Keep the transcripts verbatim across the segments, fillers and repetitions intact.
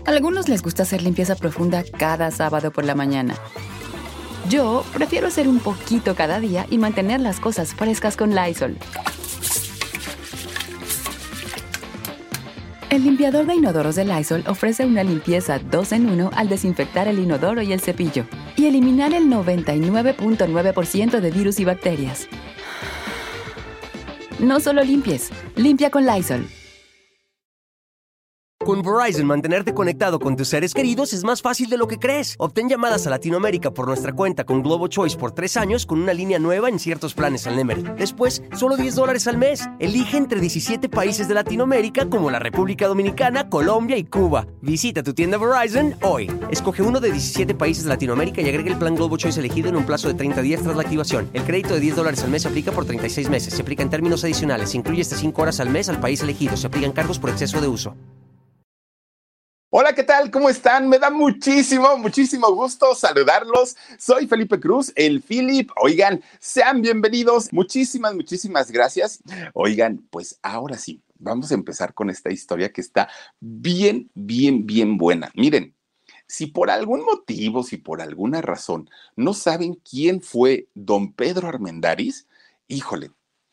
A algunos les gusta hacer limpieza profunda cada sábado por la mañana. Yo prefiero hacer un poquito cada día y mantener las cosas frescas con Lysol. El limpiador de inodoros de Lysol ofrece una limpieza dos en uno al desinfectar el inodoro y el cepillo y eliminar el noventa y nueve punto nueve por ciento de virus y bacterias. No solo limpies, limpia con Lysol. Con Verizon, mantenerte conectado con tus seres queridos es más fácil de lo que crees. Obtén llamadas a Latinoamérica por nuestra cuenta con Globo Choice por tres años con una línea nueva en ciertos planes al Nemery. Después, solo diez dólares al mes. Elige entre diecisiete países de Latinoamérica como la República Dominicana, Colombia y Cuba. Visita tu tienda Verizon hoy. Escoge uno de diecisiete países de Latinoamérica y agrega el plan Globo Choice elegido en un plazo de treinta días tras la activación. El crédito de diez dólares al mes se aplica por treinta y seis meses. Se aplica en términos adicionales. Se incluye hasta cinco horas al mes al país elegido. Se aplican cargos por exceso de uso. Hola, ¿qué tal? ¿Cómo están? Me da muchísimo, muchísimo gusto saludarlos. Soy Felipe Cruz, el Philip. Oigan, sean bienvenidos. Muchísimas, muchísimas gracias. Oigan, pues ahora sí, vamos a empezar con esta historia que está bien, bien, bien buena. Miren, si por algún motivo, si por alguna razón no saben quién fue don Pedro Armendáriz, híjole,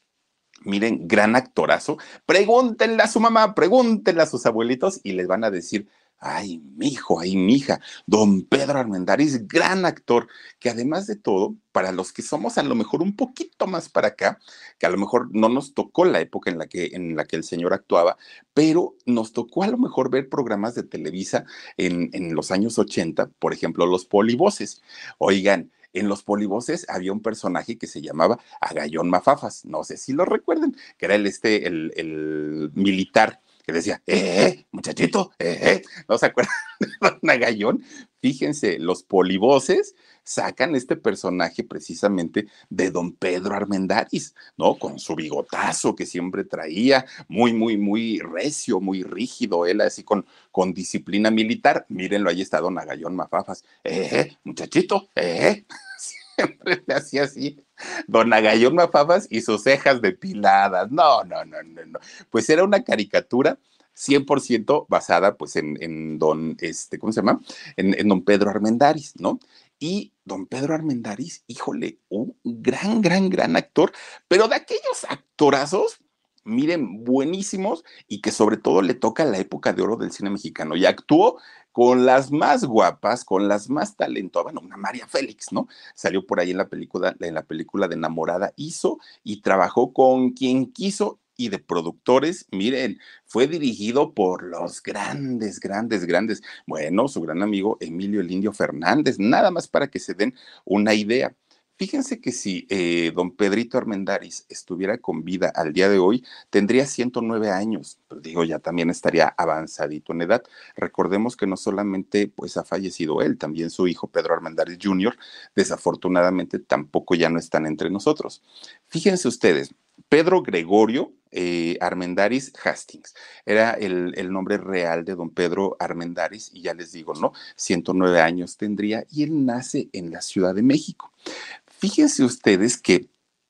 miren, gran actorazo. Pregúntenle a su mamá, pregúntenle a sus abuelitos y les van a decir: ay, mijo, ay, mija, don Pedro Armendáriz, gran actor, que además de todo, para los que somos a lo mejor un poquito más para acá, que a lo mejor no nos tocó la época en la que, en la que el señor actuaba, pero nos tocó a lo mejor ver programas de Televisa en, en los años ochenta, por ejemplo, los polivoces. Oigan, en los polivoces había un personaje que se llamaba Agallón Mafafas, no sé si lo recuerden, que era el, este, el, el militar que decía: eh, eh, muchachito, eh, eh. ¿No se acuerdan de don Agallón? Fíjense, los polivoces sacan este personaje precisamente de don Pedro Armendáriz, ¿no? Con su bigotazo que siempre traía, muy, muy, muy recio, muy rígido, él así con, con disciplina militar. Mírenlo, ahí está don Agallón Mafafas. Eh, eh, muchachito, eh, eh. Siempre le hacía así, don Agallón Mafafas y sus cejas depiladas. No, no, no, no, no. Pues era una caricatura cien por ciento basada pues en, en don, este, ¿cómo se llama? En, en don Pedro Armendáriz, ¿no? Y don Pedro Armendáriz, híjole, un gran, gran, gran actor, pero de aquellos actorazos, miren, buenísimos, y que sobre todo le toca la época de oro del cine mexicano, y actuó con las más guapas, con las más talentosas, bueno, una María Félix, ¿no? Salió por ahí en la película, en la película de Enamorada, hizo y trabajó con quien quiso, y de productores, miren, fue dirigido por los grandes, grandes, grandes, bueno, su gran amigo Emilio el Indio Fernández, nada más para que se den una idea. Fíjense que si eh, don Pedrito Armendáriz estuviera con vida al día de hoy, tendría ciento nueve años. Pues digo, ya también estaría avanzadito en edad. Recordemos que no solamente pues, ha fallecido él, también su hijo Pedro Armendáriz junior, desafortunadamente tampoco ya no están entre nosotros. Fíjense ustedes, Pedro Gregorio eh, Armendáriz Hastings era el, el nombre real de don Pedro Armendáriz, y ya les digo, ¿no? ciento nueve años tendría, y él nace en la Ciudad de México. Fíjense ustedes que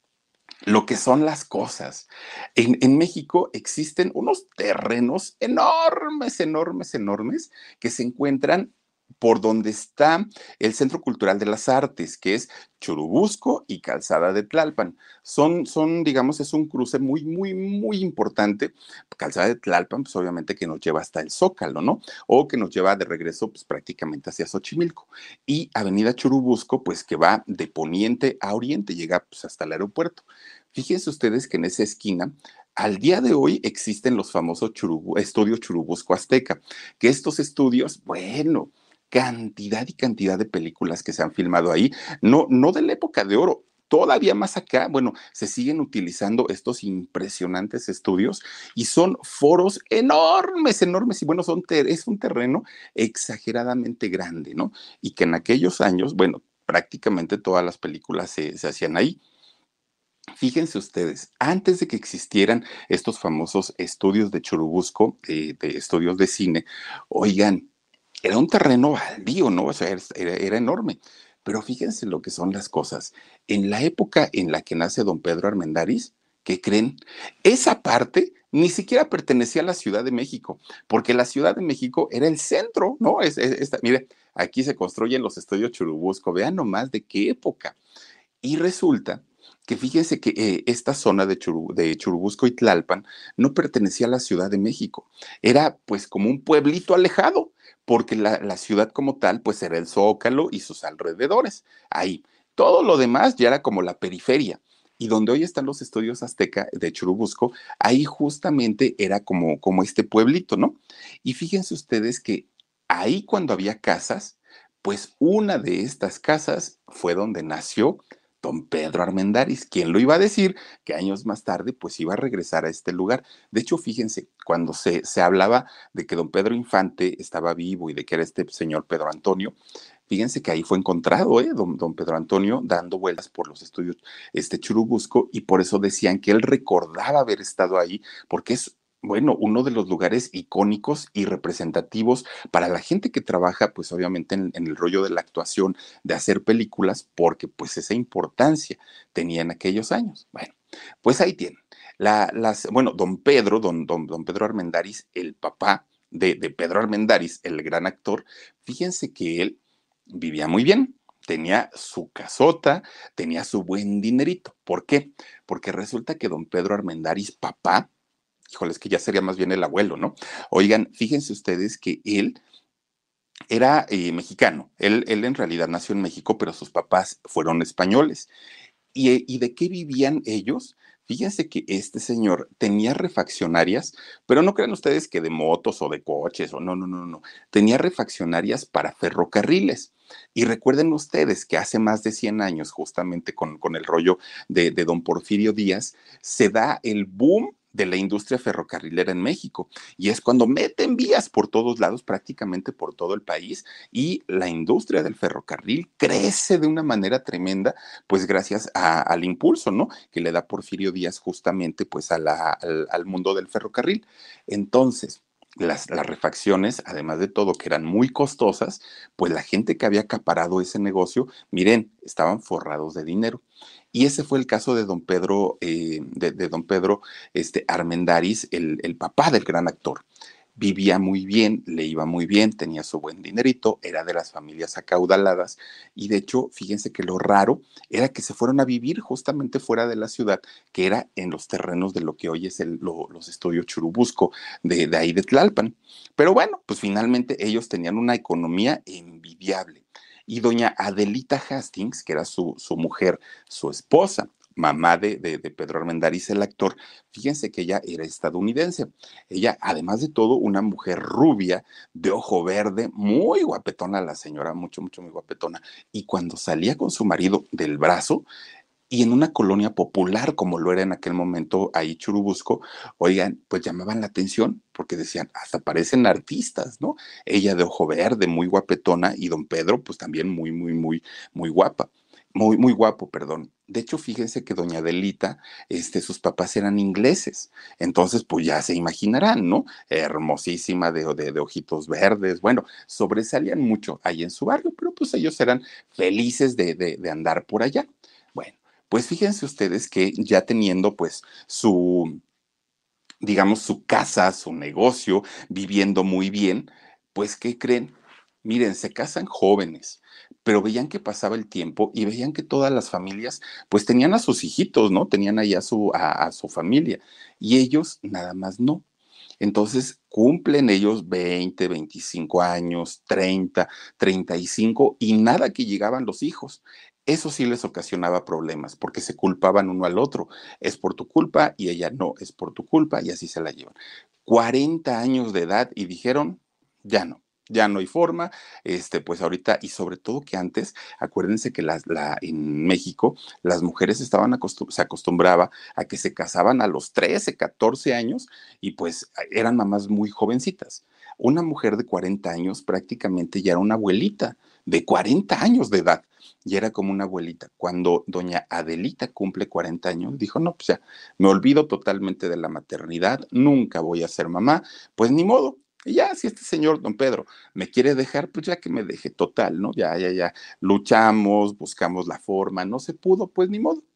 lo que son las cosas. En, en México existen unos terrenos enormes, enormes, enormes, que se encuentran por donde está el Centro Cultural de las Artes, que es Churubusco y Calzada de Tlalpan. Son, son, digamos, es un cruce muy, muy, muy importante. Calzada de Tlalpan, pues obviamente que nos lleva hasta el Zócalo, ¿no? O que nos lleva de regreso, pues prácticamente hacia Xochimilco. Y Avenida Churubusco, pues que va de poniente a oriente, llega pues hasta el aeropuerto. Fíjense ustedes que en esa esquina, al día de hoy existen los famosos Churubu, estudios Churubusco Azteca, que estos estudios, bueno, cantidad y cantidad de películas que se han filmado ahí, no, no de la época de oro, todavía más acá, bueno, se siguen utilizando estos impresionantes estudios y son foros enormes, enormes, y bueno, son ter es un terreno exageradamente grande, ¿no? Y que en aquellos años, bueno, prácticamente todas las películas se, se hacían ahí. Fíjense ustedes, antes de que existieran estos famosos estudios de Churubusco, eh, de estudios de cine, oigan, era un terreno baldío, ¿no? O sea, era, era enorme. Pero fíjense lo que son las cosas. En la época en la que nace don Pedro Armendáriz, ¿Qué creen? Esa parte ni siquiera pertenecía a la Ciudad de México, porque la Ciudad de México era el centro, ¿no? Es, es- esta- mire, aquí se construyen los estudios Churubusco, vean nomás de qué época. Y resulta que fíjense que eh, esta zona de, Churu- de Churubusco y Tlalpan no pertenecía a la Ciudad de México, era pues como un pueblito alejado, porque la, la ciudad como tal pues era el Zócalo y sus alrededores, ahí. Todo lo demás ya era como la periferia. Y donde hoy están los estudios Azteca de Churubusco, ahí justamente era como, como este pueblito, ¿no? Y fíjense ustedes que ahí cuando había casas, pues una de estas casas fue donde nació don Pedro Armendáriz. ¿Quién lo iba a decir? Que años más tarde pues iba a regresar a este lugar. De hecho, fíjense, cuando se, se hablaba de que don Pedro Infante estaba vivo y de que era este señor Pedro Antonio, fíjense que ahí fue encontrado, ¿eh? Don, don Pedro Antonio dando vueltas por los estudios este, Churubusco, y por eso decían que él recordaba haber estado ahí, porque es, bueno, uno de los lugares icónicos y representativos para la gente que trabaja, pues obviamente en, en el rollo de la actuación, de hacer películas, porque pues esa importancia tenía en aquellos años. Bueno, pues ahí tienen. La, las, bueno, don Pedro, don, don, don Pedro Armendáriz, el papá de, de Pedro Armendáriz, el gran actor, fíjense que él vivía muy bien, tenía su casota, tenía su buen dinerito. ¿Por qué? Porque resulta que don Pedro Armendáriz, papá, híjole, es que ya sería más bien el abuelo, ¿no? Oigan, fíjense ustedes que él era eh, mexicano, él, él en realidad nació en México, pero sus papás fueron españoles. ¿Y, eh, y de qué vivían ellos? Fíjense que este señor tenía refaccionarias, pero no crean ustedes que de motos o de coches, o no, no, no, no. Tenía refaccionarias para ferrocarriles. Y recuerden ustedes que hace más de cien años, justamente con, con el rollo de, de don Porfirio Díaz, se da el boom de la industria ferrocarrilera en México. Y es cuando meten vías por todos lados, prácticamente por todo el país, y la industria del ferrocarril crece de una manera tremenda, pues gracias a, al impulso, ¿no? Que le da Porfirio Díaz justamente pues a la, al, al mundo del ferrocarril. Entonces, las, las refacciones, además de todo, que eran muy costosas, pues la gente que había acaparado ese negocio, miren, estaban forrados de dinero. Y ese fue el caso de don Pedro, eh, de, de, don Pedro este, Armendáriz, el, el papá del gran actor. Vivía muy bien, le iba muy bien, tenía su buen dinerito, era de las familias acaudaladas, y de hecho, fíjense que lo raro era que se fueron a vivir justamente fuera de la ciudad, que era en los terrenos de lo que hoy es el, lo, los estudios Churubusco, de, de ahí de Tlalpan. Pero bueno, pues finalmente ellos tenían una economía envidiable. Y doña Adelita Hastings, que era su, su mujer, su esposa, mamá de, de, de Pedro Armendáriz, el actor, fíjense que ella era estadounidense. Ella, además de todo, una mujer rubia, de ojo verde, muy guapetona la señora, mucho, mucho, muy guapetona. Y cuando salía con su marido del brazo, y en una colonia popular como lo era en aquel momento ahí Churubusco, oigan, pues llamaban la atención porque decían, hasta parecen artistas, ¿no? Ella de ojo verde, muy guapetona, y don Pedro, pues también muy, muy, muy, muy guapa. Muy, muy guapo, perdón. De hecho, fíjense que doña Adelita, este, sus papás eran ingleses. Entonces, pues ya se imaginarán, ¿no? Hermosísima, de, de, de ojitos verdes. Bueno, sobresalían mucho ahí en su barrio, pero pues ellos eran felices de, de, de andar por allá. Bueno, pues fíjense ustedes que ya teniendo pues su, digamos, su casa, su negocio, viviendo muy bien, pues ¿qué creen? Miren, se casan jóvenes, pero veían que pasaba el tiempo y veían que todas las familias pues tenían a sus hijitos, ¿no? Tenían ahí a su, a, a su familia, y ellos nada más no. Entonces cumplen ellos veinte, veinticinco años, treinta, treinta y cinco, y nada que llegaban los hijos. Eso sí les ocasionaba problemas porque se culpaban uno al otro. Es por tu culpa, y ella no, es por tu culpa, y así se la llevan. cuarenta años de edad y dijeron, ya no. Ya no hay forma, este, pues ahorita, y sobre todo que antes, acuérdense que las, la, en México las mujeres estaban acostum se acostumbraba a que se casaban a los trece, catorce años, y pues eran mamás muy jovencitas. Una mujer de cuarenta años prácticamente ya era una abuelita de cuarenta años de edad, y era como una abuelita. Cuando doña Adelita cumple cuarenta años, dijo, no, pues ya, me olvido totalmente de la maternidad, nunca voy a ser mamá, pues ni modo. Y ya, si este señor, don Pedro, me quiere dejar, pues ya que me deje, total, ¿no? Ya, ya, ya, luchamos, buscamos la forma, no se pudo, pues ni modo.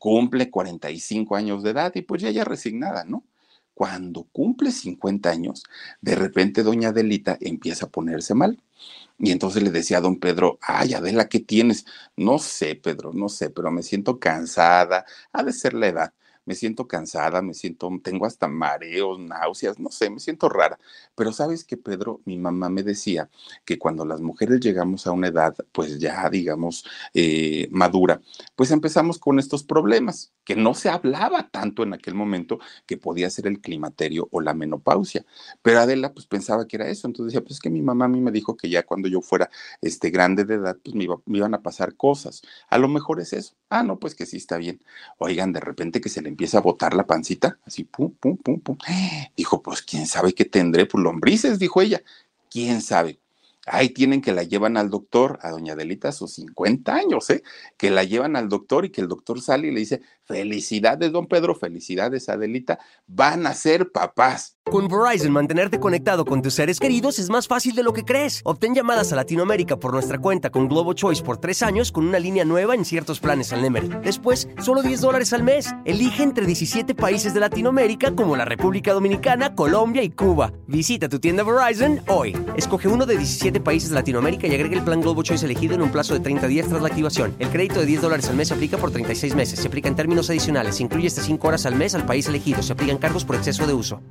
cumple cuarenta y cinco años de edad y pues ya ella resignada, ¿no? Cuando cumple cincuenta años, de repente doña Adelita empieza a ponerse mal. Y entonces le decía a don Pedro, ay, Adela, ¿qué tienes? No sé, Pedro, no sé, pero me siento cansada, ha de ser la edad. Me siento cansada, me siento, tengo hasta mareos, náuseas, no sé, me siento rara. Pero sabes que, Pedro, mi mamá me decía que cuando las mujeres llegamos a una edad, pues ya, digamos, eh, madura, pues empezamos con estos problemas, que no se hablaba tanto en aquel momento que podía ser el climaterio o la menopausia. Pero Adela, pues pensaba que era eso. Entonces decía, pues es que mi mamá a mí me dijo que ya cuando yo fuera este, grande de edad, pues me, iba- me iban a pasar cosas. A lo mejor es eso. Ah, no, pues que sí está bien. Oigan, de repente que se le empieza a botar la pancita, así, pum, pum, pum, pum. Dijo, pues quién sabe qué tendré, pues lombrices, dijo ella. ¿Quién sabe? Ahí tienen que la llevan al doctor, a doña Adelita a sus cincuenta años, ¿eh? Que la llevan al doctor y que el doctor sale y le dice, felicidades, don Pedro, felicidades, Adelita, van a ser papás. Con Verizon, mantenerte conectado con tus seres queridos es más fácil de lo que crees. Obtén llamadas a Latinoamérica por nuestra cuenta con Globo Choice por tres años con una línea nueva en ciertos planes al Nemery. Después, solo diez dólares al mes. Elige entre diecisiete países de Latinoamérica como la República Dominicana, Colombia y Cuba. Visita tu tienda Verizon hoy. Escoge uno de diecisiete países de Latinoamérica y agrega el plan Globo Choice elegido en un plazo de treinta días tras la activación. El crédito de diez dólares al mes se aplica por treinta y seis meses. Se aplica en términos adicionales. Se incluye hasta cinco horas al mes al país elegido. Se aplican cargos por exceso de uso.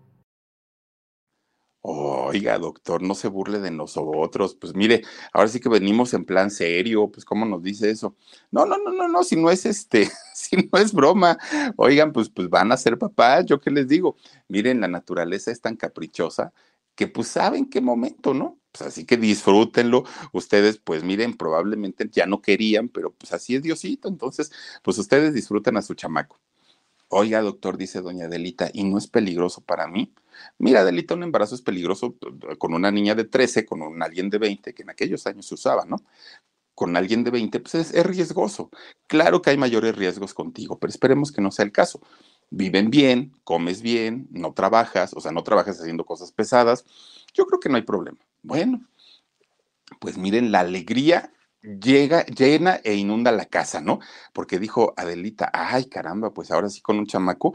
Oiga, doctor, no se burle de nosotros. Pues mire, ahora sí que venimos en plan serio, pues ¿cómo nos dice eso? No, no, no, no, no, si no es este, si no es broma. Oigan, pues, pues van a ser papás, yo qué les digo. Miren, la naturaleza es tan caprichosa que pues saben qué momento, ¿no? Pues así que disfrútenlo. Ustedes, pues miren, probablemente ya no querían, pero pues así es Diosito. Entonces, pues ustedes disfruten a su chamaco. Oiga, doctor, dice doña Adelita, ¿y no es peligroso para mí? Mira, Adelita, un embarazo es peligroso eh, con una niña de trece, con un alguien de veinte, que en aquellos años se usaba, ¿no? Con alguien de veinte, pues es, es riesgoso. Claro que hay mayores riesgos contigo, pero esperemos que no sea el caso. Viven bien, comes bien, no trabajas, o sea, no trabajas haciendo cosas pesadas. Yo creo que no hay problema. Bueno, pues miren, la alegría llega, llena e inunda la casa, ¿no? Porque dijo Adelita, ay caramba, pues ahora sí con un chamaco,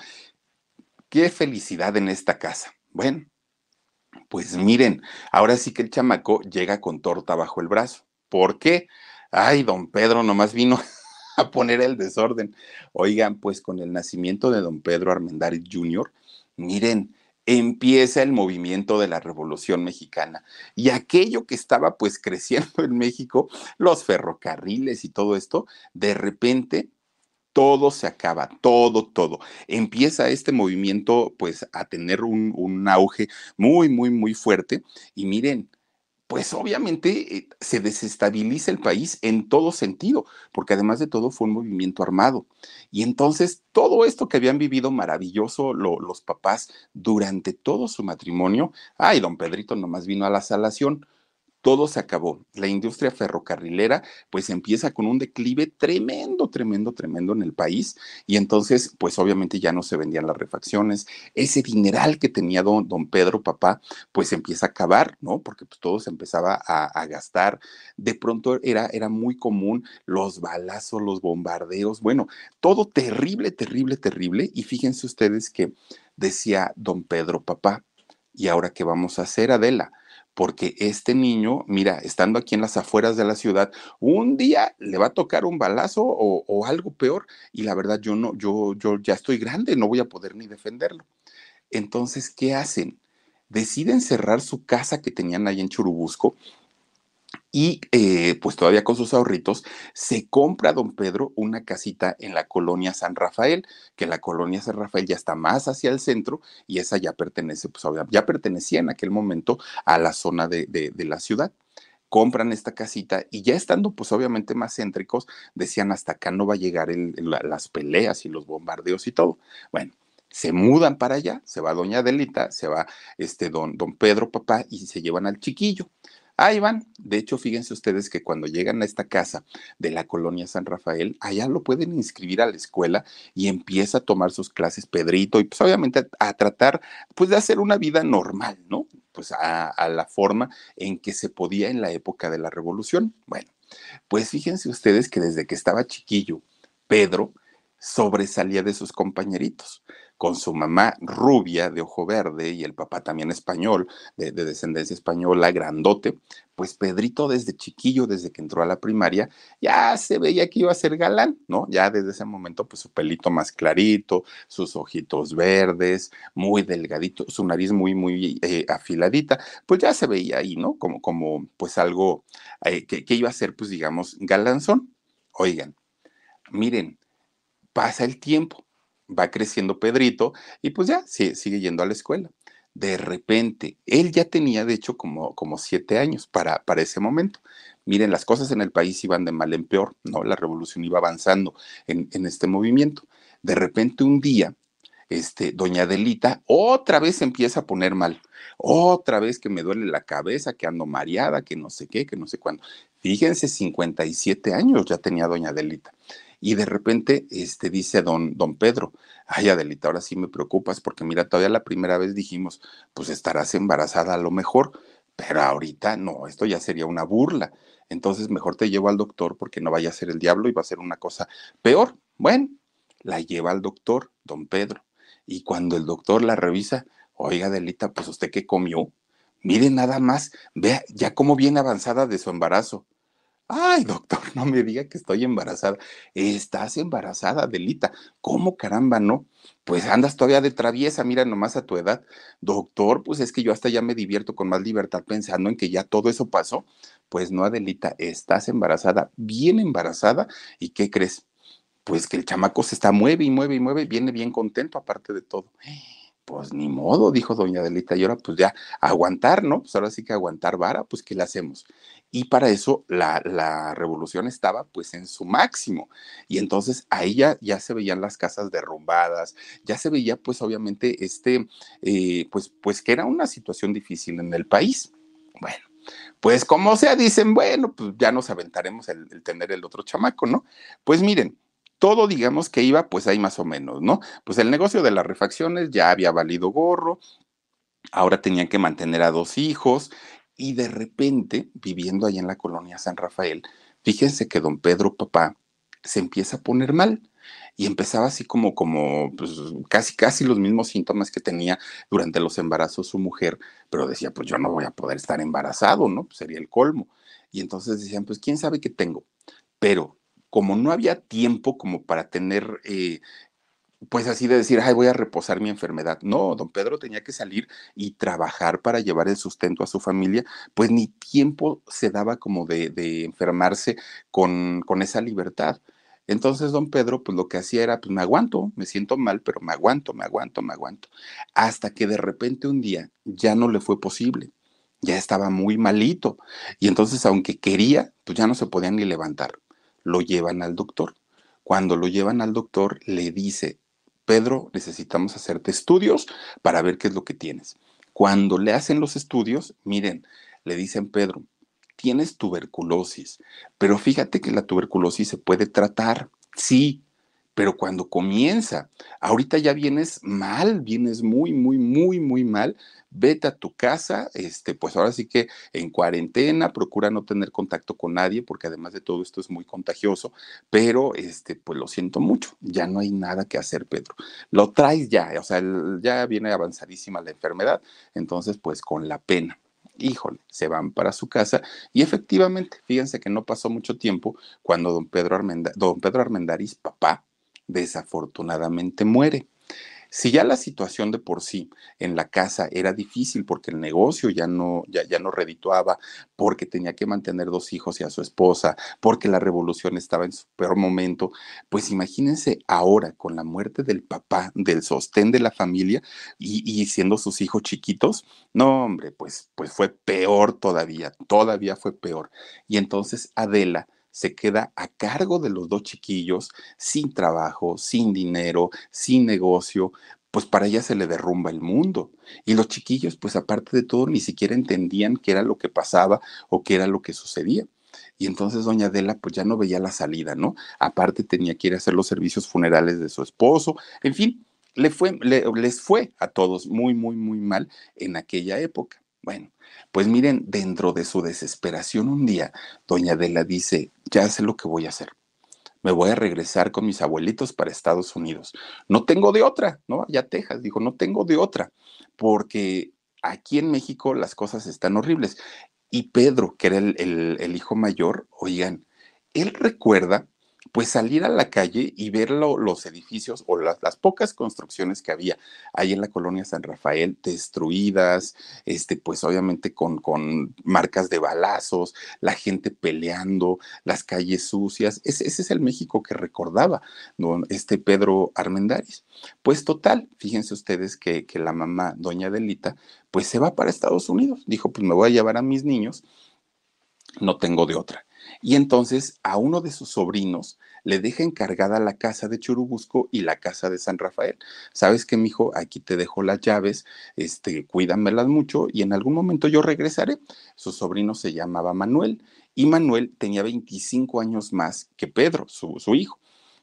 qué felicidad en esta casa. Bueno, pues miren, ahora sí que el chamaco llega con torta bajo el brazo. ¿Por qué? Ay, don Pedro nomás vino a poner el desorden. Oigan, pues con el nacimiento de don Pedro Armendáriz junior, miren, empieza el movimiento de la Revolución Mexicana. Y aquello que estaba pues creciendo en México, los ferrocarriles y todo esto, de repente todo se acaba, todo, todo. Empieza este movimiento pues a tener un, un auge muy, muy, muy fuerte. Y miren, pues obviamente eh, se desestabiliza el país en todo sentido, porque además de todo fue un movimiento armado. Y entonces todo esto que habían vivido maravilloso lo- los papás durante todo su matrimonio, ay, don Pedrito nomás vino a la salación, todo se acabó. La industria ferrocarrilera pues empieza con un declive tremendo, tremendo, tremendo en el país y entonces pues obviamente ya no se vendían las refacciones. Ese dineral que tenía don, don Pedro, papá, pues empieza a acabar, ¿no? Porque pues todo se empezaba a, a gastar. De pronto era, era muy común los balazos, los bombardeos, bueno, todo terrible, terrible, terrible. Y fíjense ustedes que decía don Pedro, papá, ¿y ahora qué vamos a hacer, Adela? Porque este niño, mira, estando aquí en las afueras de la ciudad, un día le va a tocar un balazo o, o algo peor, y la verdad yo no, yo, yo ya estoy grande, no voy a poder ni defenderlo. Entonces, ¿qué hacen? Deciden cerrar su casa que tenían ahí en Churubusco y eh, pues todavía con sus ahorritos, se compra don Pedro una casita en la colonia San Rafael, que la colonia San Rafael ya está más hacia el centro y esa ya pertenece, pues obvia- ya pertenecía en aquel momento a la zona de, de, de la ciudad. Compran esta casita y ya estando pues obviamente más céntricos, decían hasta acá no va a llegar el- la- las peleas y los bombardeos y todo. Bueno, se mudan para allá, se va doña Adelita, se va este don, don Pedro, papá, y se llevan al chiquillo. Ahí van. De hecho, fíjense ustedes que cuando llegan a esta casa de la colonia San Rafael, allá lo pueden inscribir a la escuela y empieza a tomar sus clases Pedrito y pues obviamente a, a tratar pues de hacer una vida normal, ¿no? Pues a, a la forma en que se podía en la época de la revolución. Bueno, pues fíjense ustedes que desde que estaba chiquillo, Pedro sobresalía de sus compañeritos, con su mamá rubia de ojo verde y el papá también español, de, de descendencia española, grandote. Pues Pedrito desde chiquillo, desde que entró a la primaria, ya se veía que iba a ser galán, ¿no? Ya desde ese momento, pues su pelito más clarito, sus ojitos verdes, muy delgadito, su nariz muy, muy eh, afiladita, pues ya se veía ahí, ¿no? Como, como pues algo eh, que, que iba a ser, pues digamos, galanzón. Oigan, miren, pasa el tiempo, va creciendo Pedrito y pues ya sí, sigue yendo a la escuela. De repente, él ya tenía de hecho como, como siete años para, para ese momento. Miren, las cosas en el país iban de mal en peor, ¿no? La revolución iba avanzando en, en este movimiento. De repente un día, este, doña Adelita otra vez se empieza a poner mal. Otra vez que me duele la cabeza, que ando mareada, que no sé qué, que no sé cuándo. Fíjense, cincuenta y siete años ya tenía doña Adelita. Y de repente, este, dice don, don Pedro, ay Adelita, ahora sí me preocupas, porque mira, todavía la primera vez dijimos, pues estarás embarazada a lo mejor, pero ahorita no, esto ya sería una burla. Entonces mejor te llevo al doctor porque no vaya a ser el diablo y va a ser una cosa peor. Bueno, la lleva al doctor, don Pedro. Y cuando el doctor la revisa, oiga Adelita, pues usted qué comió. Mire nada más, vea ya cómo viene avanzada de su embarazo. Ay, doctor, no me diga que estoy embarazada. Estás embarazada, Adelita. ¿Cómo caramba, no? Pues andas todavía de traviesa, mira nomás a tu edad. Doctor, pues es que yo hasta ya me divierto con más libertad pensando en que ya todo eso pasó. Pues no, Adelita, estás embarazada, bien embarazada. ¿Y qué crees? Pues que el chamaco se está mueve y mueve y mueve, viene bien contento aparte de todo. Pues ni modo, dijo doña Adelita, y ahora pues ya aguantar, ¿no? Pues ahora sí que aguantar vara, pues ¿qué le hacemos? Y para eso la, la revolución estaba pues en su máximo. Y entonces ahí ya, ya se veían las casas derrumbadas, ya se veía pues obviamente este, eh, pues, pues que era una situación difícil en el país. Bueno, pues como sea, dicen, bueno, pues ya nos aventaremos el, el tener el otro chamaco, ¿no? Pues miren, todo digamos que iba pues ahí más o menos, ¿no? Pues el negocio de las refacciones ya había valido gorro, ahora tenían que mantener a dos hijos y de repente, viviendo ahí en la colonia San Rafael, fíjense que don Pedro, papá, se empieza a poner mal y empezaba así como, como, pues casi, casi los mismos síntomas que tenía durante los embarazos su mujer, pero decía, pues yo no voy a poder estar embarazado, ¿no? Pues sería el colmo. Y entonces decían, pues quién sabe qué tengo. Pero como no había tiempo como para tener eh, pues así de decir, ay, voy a reposar mi enfermedad. No, don Pedro tenía que salir y trabajar para llevar el sustento a su familia, pues ni tiempo se daba como de, de enfermarse con, con esa libertad. Entonces don Pedro, pues lo que hacía era, pues me aguanto, me siento mal, pero me aguanto, me aguanto, me aguanto. Hasta que de repente un día ya no le fue posible, ya estaba muy malito. Y entonces, aunque quería, pues ya no se podía ni levantar. Lo llevan al doctor. Cuando lo llevan al doctor, le dice, Pedro, necesitamos hacerte estudios para ver qué es lo que tienes. Cuando le hacen los estudios, miren, le dicen, Pedro, tienes tuberculosis, pero fíjate que la tuberculosis se puede tratar, sí, pero cuando comienza, ahorita ya vienes mal, vienes muy, muy, muy, muy mal, vete a tu casa, este, pues ahora sí que en cuarentena, procura no tener contacto con nadie, porque además de todo esto es muy contagioso, pero este, pues lo siento mucho, ya no hay nada que hacer, Pedro. Lo traes ya, o sea, el- ya viene avanzadísima la enfermedad, entonces pues con la pena. Híjole, se van para su casa y efectivamente, fíjense que no pasó mucho tiempo cuando don Pedro, Armenda, don Pedro Armendáriz, papá, desafortunadamente muere. Si ya la situación de por sí en la casa era difícil porque el negocio ya no, ya, ya no redituaba, porque tenía que mantener dos hijos y a su esposa, porque la revolución estaba en su peor momento, pues imagínense ahora con la muerte del papá, del sostén de la familia y, y siendo sus hijos chiquitos, no hombre, pues, pues fue peor todavía, todavía fue peor. Y entonces Adela se queda a cargo de los dos chiquillos, sin trabajo, sin dinero, sin negocio, pues para ella se le derrumba el mundo. Y los chiquillos, pues aparte de todo, ni siquiera entendían qué era lo que pasaba o qué era lo que sucedía. Y entonces doña Adela pues ya no veía la salida, ¿no? Aparte tenía que ir a hacer los servicios funerales de su esposo, en fin, le fue, le, les fue a todos muy, muy, muy mal en aquella época. Bueno, pues miren, dentro de su desesperación un día, doña Adela dice, ya sé lo que voy a hacer. me voy a regresar con mis abuelitos para Estados Unidos. No tengo de otra, ¿no? Allá Texas, dijo, no tengo de otra, porque aquí en México las cosas están horribles. Y Pedro, que era el, el, el hijo mayor, oigan, él recuerda pues salir a la calle y ver lo, los edificios o las, las, pocas construcciones que había ahí en la colonia San Rafael destruidas, este, pues obviamente con, con marcas de balazos, la gente peleando, las calles sucias. Ese, ese es el México que recordaba, ¿no? Este Pedro Armendáriz. Pues total, fíjense ustedes que, que la mamá, doña Adelita, pues se va para Estados Unidos. Dijo, pues me voy a llevar a mis niños, no tengo de otra. Y entonces a uno de sus sobrinos le deja encargada la casa de Churubusco y la casa de San Rafael. ¿Sabes qué, mijo? Aquí te dejo las llaves, este, cuídamelas mucho y en algún momento yo regresaré. Su sobrino se llamaba Manuel y Manuel tenía veinticinco años más que Pedro, su, su hijo.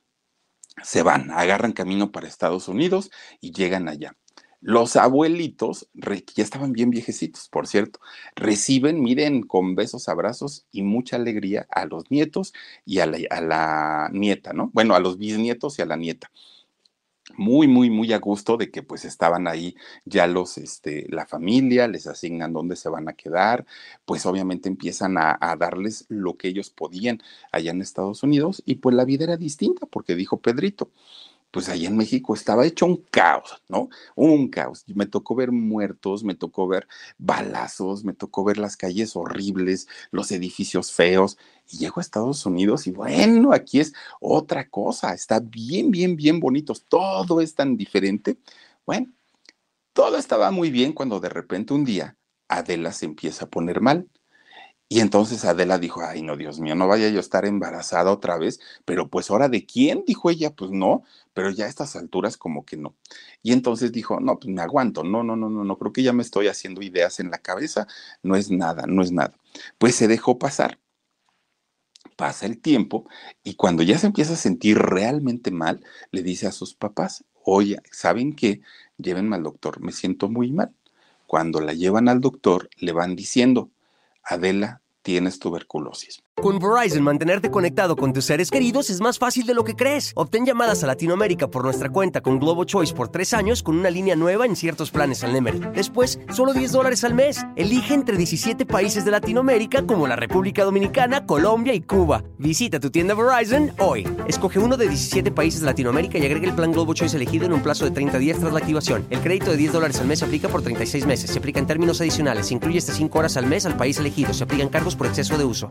Se van, agarran camino para Estados Unidos y llegan allá. Los abuelitos, que ya estaban bien viejecitos, por cierto, reciben, miren, con besos, abrazos y mucha alegría a los nietos y a la, a la nieta, ¿no? Bueno, a los bisnietos y a la nieta. Muy, muy, muy a gusto de que pues estaban ahí ya los, este, la familia, les asignan dónde se van a quedar, pues obviamente empiezan a, a darles lo que ellos podían allá en Estados Unidos y pues la vida era distinta porque dijo Pedrito, pues allá en México estaba hecho un caos, ¿no? Un caos. Me tocó ver muertos, me tocó ver balazos, me tocó ver las calles horribles, los edificios feos. Y llego a Estados Unidos y bueno, aquí es otra cosa. Está bien, bien, bien bonitos. Todo es tan diferente. Bueno, todo estaba muy bien cuando de repente un día Adela se empieza a poner mal. Y entonces Adela dijo, ay, no, Dios mío, no vaya yo a estar embarazada otra vez, pero pues ahora de quién, dijo ella, pues no, pero ya a estas alturas como que no. Y entonces dijo, no, pues me aguanto, no, no, no, no, no, creo que ya me estoy haciendo ideas en la cabeza, no es nada, no es nada. Pues se dejó pasar, pasa el tiempo y cuando ya se empieza a sentir realmente mal, le dice a sus papás, oye, ¿saben qué? Llévenme al doctor, me siento muy mal. Cuando la llevan al doctor, le van diciendo, Adela, tienes tuberculosis. Con Verizon, mantenerte conectado con tus seres queridos es más fácil de lo que crees. Obtén llamadas a Latinoamérica por nuestra cuenta con Globo Choice por tres años con una línea nueva en ciertos planes al Nemery. Después, solo diez dólares al mes. Elige entre diecisiete países de Latinoamérica como la República Dominicana, Colombia y Cuba. Visita tu tienda Verizon hoy. Escoge uno de diecisiete países de Latinoamérica y agrega el plan Globo Choice elegido en un plazo de treinta días tras la activación. El crédito de diez dólares al mes se aplica por treinta y seis meses. Se aplica en términos adicionales. Se incluye hasta cinco horas al mes al país elegido. Se aplican cargos por exceso de uso.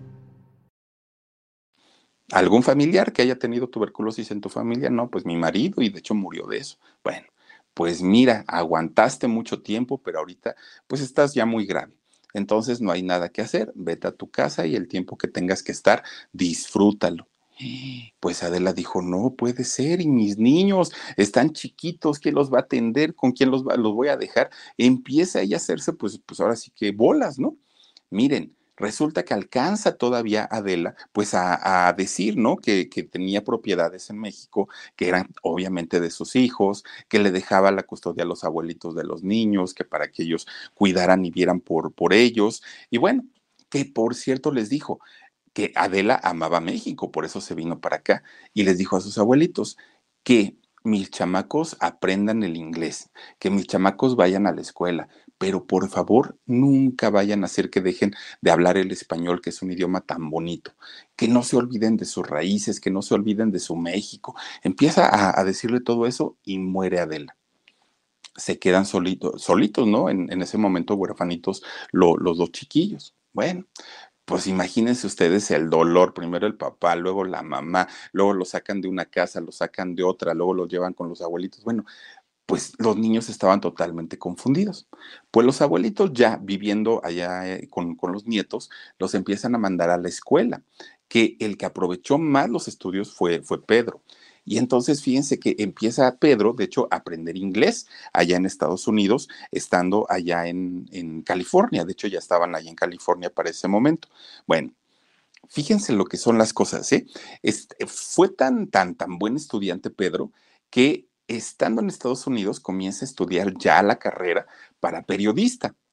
¿Algún familiar que haya tenido tuberculosis en tu familia? No, pues mi marido y de hecho murió de eso. Bueno, pues mira, aguantaste mucho tiempo, pero ahorita pues estás ya muy grave. Entonces no hay nada que hacer, vete a tu casa y el tiempo que tengas que estar, disfrútalo. Pues Adela dijo, no puede ser, y mis niños están chiquitos, ¿quién los va a atender? ¿Con quién los, va, los voy a dejar? Empieza ella a hacerse, pues, pues ahora sí que bolas, ¿no? Miren, resulta que alcanza todavía Adela, pues a, a decir, ¿no? Que, que tenía propiedades en México, que eran obviamente de sus hijos, que le dejaba la custodia a los abuelitos de los niños, que para que ellos cuidaran y vieran por, por ellos. Y bueno, que por cierto les dijo que Adela amaba México, por eso se vino para acá, y les dijo a sus abuelitos que mis chamacos aprendan el inglés, que mis chamacos vayan a la escuela, pero por favor nunca vayan a hacer que dejen de hablar el español, que es un idioma tan bonito, que no se olviden de sus raíces, que no se olviden de su México. Empieza a, a decirle todo eso y muere Adela. Se quedan solitos, solitos, ¿no? En, en ese momento huerfanitos lo, los dos chiquillos. Bueno, pues imagínense ustedes el dolor, primero el papá, luego la mamá, luego lo sacan de una casa, lo sacan de otra, luego lo llevan con los abuelitos. Bueno, pues los niños estaban totalmente confundidos. Pues los abuelitos ya viviendo allá eh, con, con los nietos, los empiezan a mandar a la escuela, que el que aprovechó más los estudios fue, fue Pedro. Y entonces fíjense que empieza Pedro, de hecho, a aprender inglés allá en Estados Unidos, estando allá en, en California. De hecho, ya estaban allá en California para ese momento. Bueno, fíjense lo que son las cosas, ¿eh? Este, fue tan, tan, tan buen estudiante Pedro que estando en Estados Unidos comienza a estudiar ya la carrera para periodista.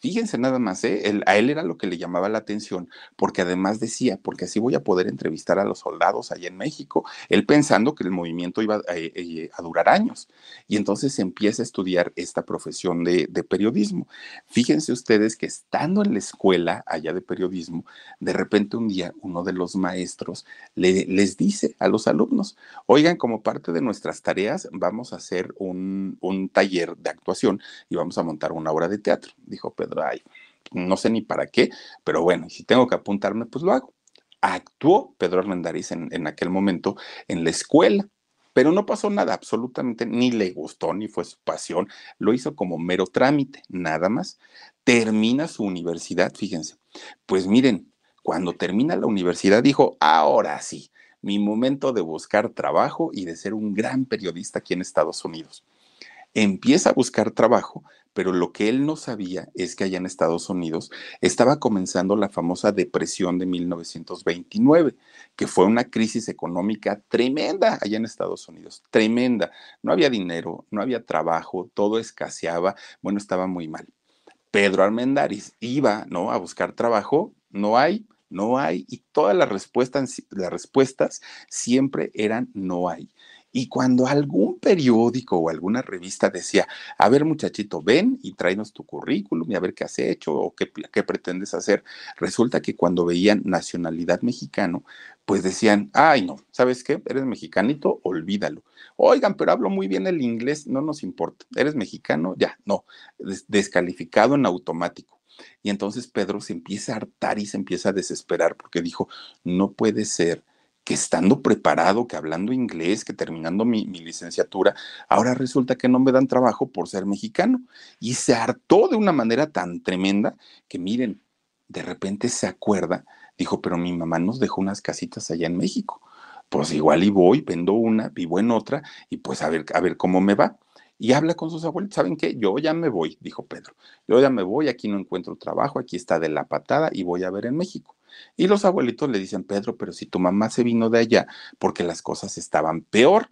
Fíjense nada más, ¿eh? Él- a él era lo que le llamaba la atención, porque además decía, porque así voy a poder entrevistar a los soldados allá en México, él pensando que el movimiento iba a, eh, eh, a durar años. Y entonces empieza a estudiar esta profesión de, de periodismo. Fíjense ustedes que estando en la escuela allá de periodismo, de repente un día uno de los maestros le, les dice a los alumnos, oigan, como parte de nuestras tareas vamos a hacer un, un taller de actuación y vamos a montar una obra de teatro. Dijo Pedro, ay, no sé ni para qué, pero bueno, si tengo que apuntarme, pues lo hago. Actuó Pedro Armendáriz en, en aquel momento en la escuela, pero no pasó nada, absolutamente, ni le gustó, ni fue su pasión, lo hizo como mero trámite, nada más. Termina su universidad, fíjense. Pues miren, cuando termina la universidad dijo, ahora sí, mi momento de buscar trabajo y de ser un gran periodista aquí en Estados Unidos. Empieza a buscar trabajo, pero lo que él no sabía es que allá en Estados Unidos estaba comenzando la famosa depresión de mil novecientos veintinueve, que fue una crisis económica tremenda allá en Estados Unidos, tremenda. No había dinero, no había trabajo, todo escaseaba, bueno, estaba muy mal. Pedro Armendáriz iba, ¿no?, a buscar trabajo, no hay, no hay, y todas las respuestas, las respuestas siempre eran no hay. Y cuando algún periódico o alguna revista decía, a ver muchachito, ven y tráenos tu currículum y a ver qué has hecho o qué, qué pretendes hacer, resulta que cuando veían nacionalidad mexicano, pues decían, ay no, ¿sabes qué? Eres mexicanito, olvídalo. Oigan, pero hablo muy bien el inglés, no nos importa. ¿Eres mexicano? Ya, no, des descalificado en automático. Y entonces Pedro se empieza a hartar y se empieza a desesperar porque dijo, no puede ser que estando preparado, que hablando inglés, que terminando mi, mi licenciatura, ahora resulta que no me dan trabajo por ser mexicano. Y se hartó de una manera tan tremenda que miren, de repente se acuerda, dijo, pero mi mamá nos dejó unas casitas allá en México. Pues igual y voy, vendo una, vivo en otra y pues a ver, a ver cómo me va. Y habla con sus abuelos, ¿saben qué? Yo ya me voy, dijo Pedro. Yo ya me voy, aquí no encuentro trabajo, aquí está de la patada y voy a ver en México. Y los abuelitos le dicen, Pedro, pero si tu mamá se vino de allá porque las cosas estaban peor.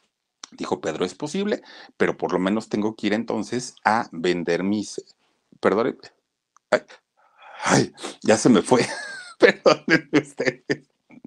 Dijo Pedro, es posible, pero por lo menos tengo que ir entonces a vender mis... Perdón, ay, ay, ya se me fue. Perdonen ustedes.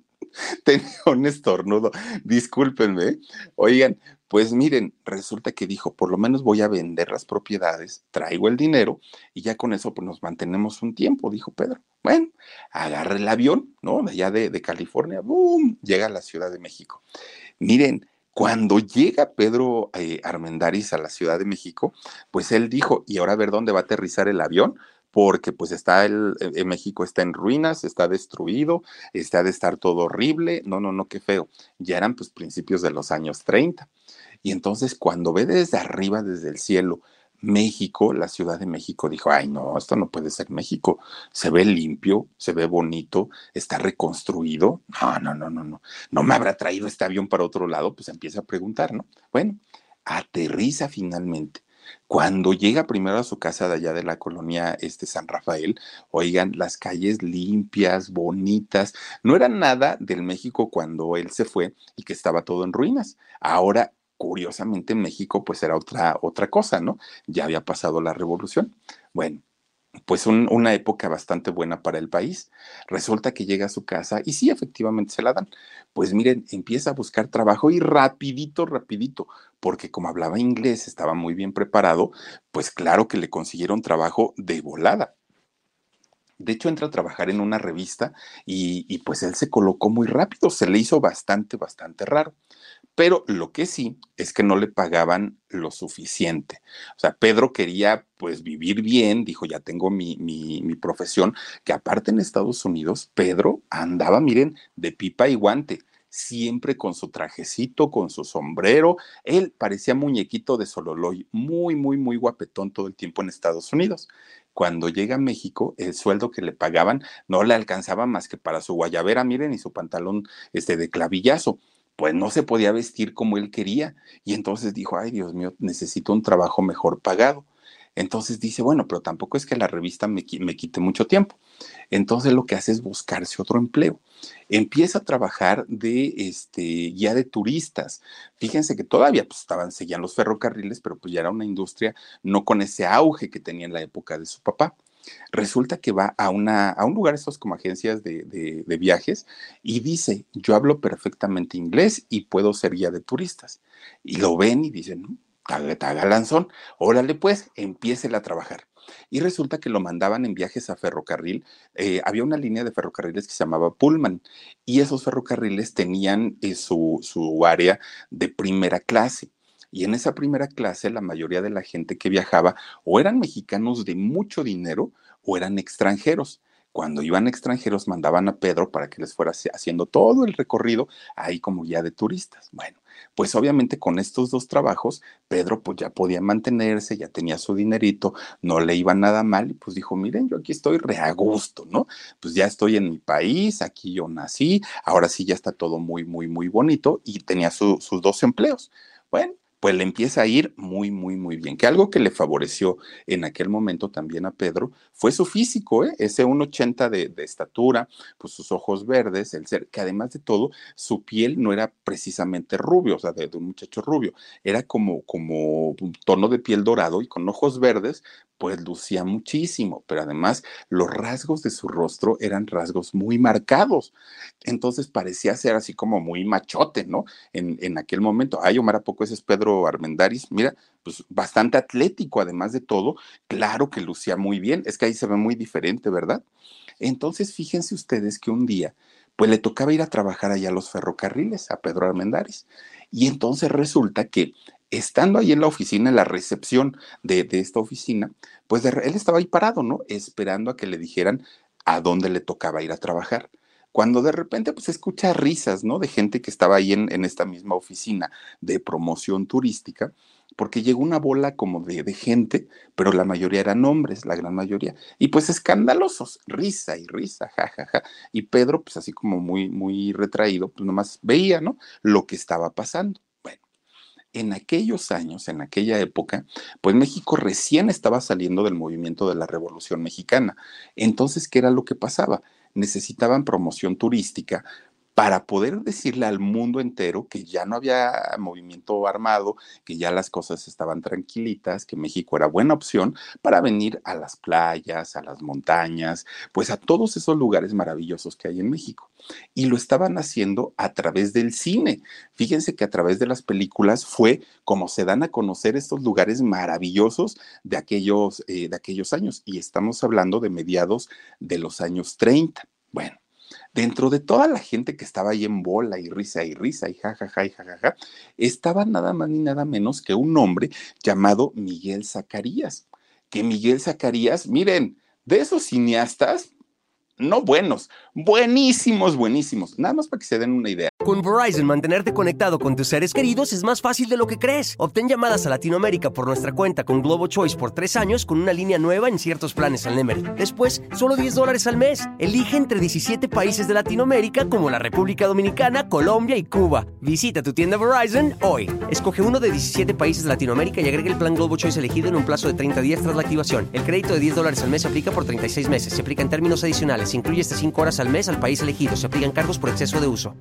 Tenía un estornudo, discúlpenme. ¿Eh? Oigan, pues miren, resulta que dijo, por lo menos voy a vender las propiedades, traigo el dinero y ya con eso pues nos mantenemos un tiempo, dijo Pedro. Bueno, agarra el avión, ¿no? De allá de, de California, ¡boom! Llega a la Ciudad de México. Miren, cuando llega Pedro eh, Armendáriz a la Ciudad de México, pues él dijo, y ahora a ver dónde va a aterrizar el avión, porque pues está el, en México está en ruinas, está destruido, está de estar todo horrible, no, no, no, qué feo. Ya eran pues principios de los años treinta. Y entonces cuando ve desde arriba, desde el cielo, México, la Ciudad de México, dijo, ay no, esto no puede ser México, se ve limpio, se ve bonito, está reconstruido, no, no, no, no, no, no me habrá traído este avión para otro lado, pues empieza a preguntar, ¿no? Bueno, aterriza finalmente. Cuando llega primero a su casa de allá de la colonia este San Rafael, oigan, las calles limpias, bonitas, no era nada del México cuando él se fue y que estaba todo en ruinas. Ahora, curiosamente, México pues era otra, otra cosa, ¿no? Ya había pasado la revolución. Bueno, pues un, una época bastante buena para el país. Resulta que llega a su casa y sí, efectivamente se la dan. Pues miren, empieza a buscar trabajo y rapidito, rapidito, porque como hablaba inglés, estaba muy bien preparado, pues claro que le consiguieron trabajo de volada. De hecho, entra a trabajar en una revista y, y pues él se colocó muy rápido, se le hizo bastante, bastante raro. Pero lo que sí es que no le pagaban lo suficiente. O sea, Pedro quería pues vivir bien, dijo, ya tengo mi, mi, mi profesión, que aparte en Estados Unidos, Pedro andaba, miren, de pipa y guante, siempre con su trajecito, con su sombrero. Él parecía muñequito de Sololoy, muy, muy, muy guapetón todo el tiempo en Estados Unidos. Cuando llega a México, el sueldo que le pagaban no le alcanzaba más que para su guayabera, miren, y su pantalón este, de clavillazo, pues no se podía vestir como él quería. Y entonces dijo, ay Dios mío, necesito un trabajo mejor pagado. Entonces dice, bueno, pero tampoco es que la revista me, me quite mucho tiempo. Entonces lo que hace es buscarse otro empleo. Empieza a trabajar de este, guía de turistas. Fíjense que todavía pues, estaban, seguían los ferrocarriles, pero pues ya era una industria no con ese auge que tenía en la época de su papá. Resulta que va a, una, a un lugar, estos como agencias de, de, de viajes, y dice, yo hablo perfectamente inglés y puedo ser guía de turistas. Y lo ven y dicen, no, está galanzón, órale pues, empiécele a trabajar. Y resulta que lo mandaban en viajes a ferrocarril. Eh, había una línea de ferrocarriles que se llamaba Pullman, y esos ferrocarriles tenían eh, su, su área de primera clase. Y en esa primera clase, la mayoría de la gente que viajaba o eran mexicanos de mucho dinero o eran extranjeros. Cuando iban extranjeros, mandaban a Pedro para que les fuera haciendo todo el recorrido ahí como guía de turistas. Bueno, pues obviamente con estos dos trabajos, Pedro pues ya podía mantenerse, ya tenía su dinerito, no le iba nada mal, y pues dijo, miren, yo aquí estoy re a gusto, ¿no? Pues ya estoy en mi país, aquí yo nací, ahora sí ya está todo muy, muy, muy bonito, y tenía su, sus dos empleos. Bueno, pues le empieza a ir muy, muy, muy bien. Que algo que le favoreció en aquel momento también a Pedro fue su físico, ¿eh? Ese uno ochenta de, de estatura, pues sus ojos verdes, el ser, que además de todo, su piel no era precisamente rubio, o sea, de, de un muchacho rubio, era como, como un tono de piel dorado y con ojos verdes, pues lucía muchísimo, pero además los rasgos de su rostro eran rasgos muy marcados. Entonces parecía ser así como muy machote, ¿no? En, en aquel momento. Ay, Omar, ¿a poco ese es Pedro Armendáriz? Mira, pues bastante atlético, además de todo, claro que lucía muy bien, es que ahí se ve muy diferente, ¿verdad? Entonces, fíjense ustedes que un día, pues le tocaba ir a trabajar allá a los ferrocarriles, a Pedro Armendáriz, y entonces resulta que estando ahí en la oficina, en la recepción de, de esta oficina, pues de, él estaba ahí parado, ¿no? Esperando a que le dijeran a dónde le tocaba ir a trabajar. Cuando de repente pues escucha risas, ¿no? De gente que estaba ahí en, en esta misma oficina de promoción turística, porque llegó una bola como de, de gente, pero la mayoría eran hombres, la gran mayoría, y pues escandalosos, risa y risa, jajaja. Ja, ja. Y Pedro, pues así como muy, muy retraído, pues nomás veía, ¿no? Lo que estaba pasando. Bueno, en aquellos años, en aquella época, pues México recién estaba saliendo del movimiento de la Revolución Mexicana. Entonces, ¿qué era lo que pasaba? Necesitaban promoción turística para poder decirle al mundo entero que ya no había movimiento armado, que ya las cosas estaban tranquilitas, que México era buena opción para venir a las playas, a las montañas, pues a todos esos lugares maravillosos que hay en México. Y lo estaban haciendo a través del cine. Fíjense que a través de las películas fue como se dan a conocer estos lugares maravillosos de aquellos, eh, de aquellos años. Y estamos hablando de mediados de los años treinta. Bueno, dentro de toda la gente que estaba ahí en bola y risa y risa y jajaja y jajaja, estaba nada más ni nada menos que un hombre llamado Miguel Zacarías. Que Miguel Zacarías, miren, de esos cineastas, no buenos, buenísimos, buenísimos. Nada más para que se den una idea. Con Verizon, mantenerte conectado con tus seres queridos es más fácil de lo que crees. Obtén llamadas a Latinoamérica por nuestra cuenta con Globo Choice por tres años con una línea nueva en ciertos planes al Nemery. Después, solo diez dólares al mes. Elige entre diecisiete países de Latinoamérica como la República Dominicana, Colombia y Cuba. Visita tu tienda Verizon hoy. Escoge uno de diecisiete países de Latinoamérica y agrega el plan Globo Choice elegido en un plazo de treinta días tras la activación. El crédito de diez dólares al mes se aplica por treinta y seis meses. Se aplica en términos adicionales. Se incluye hasta cinco horas al mes al país elegido. Se aplican cargos por exceso de uso.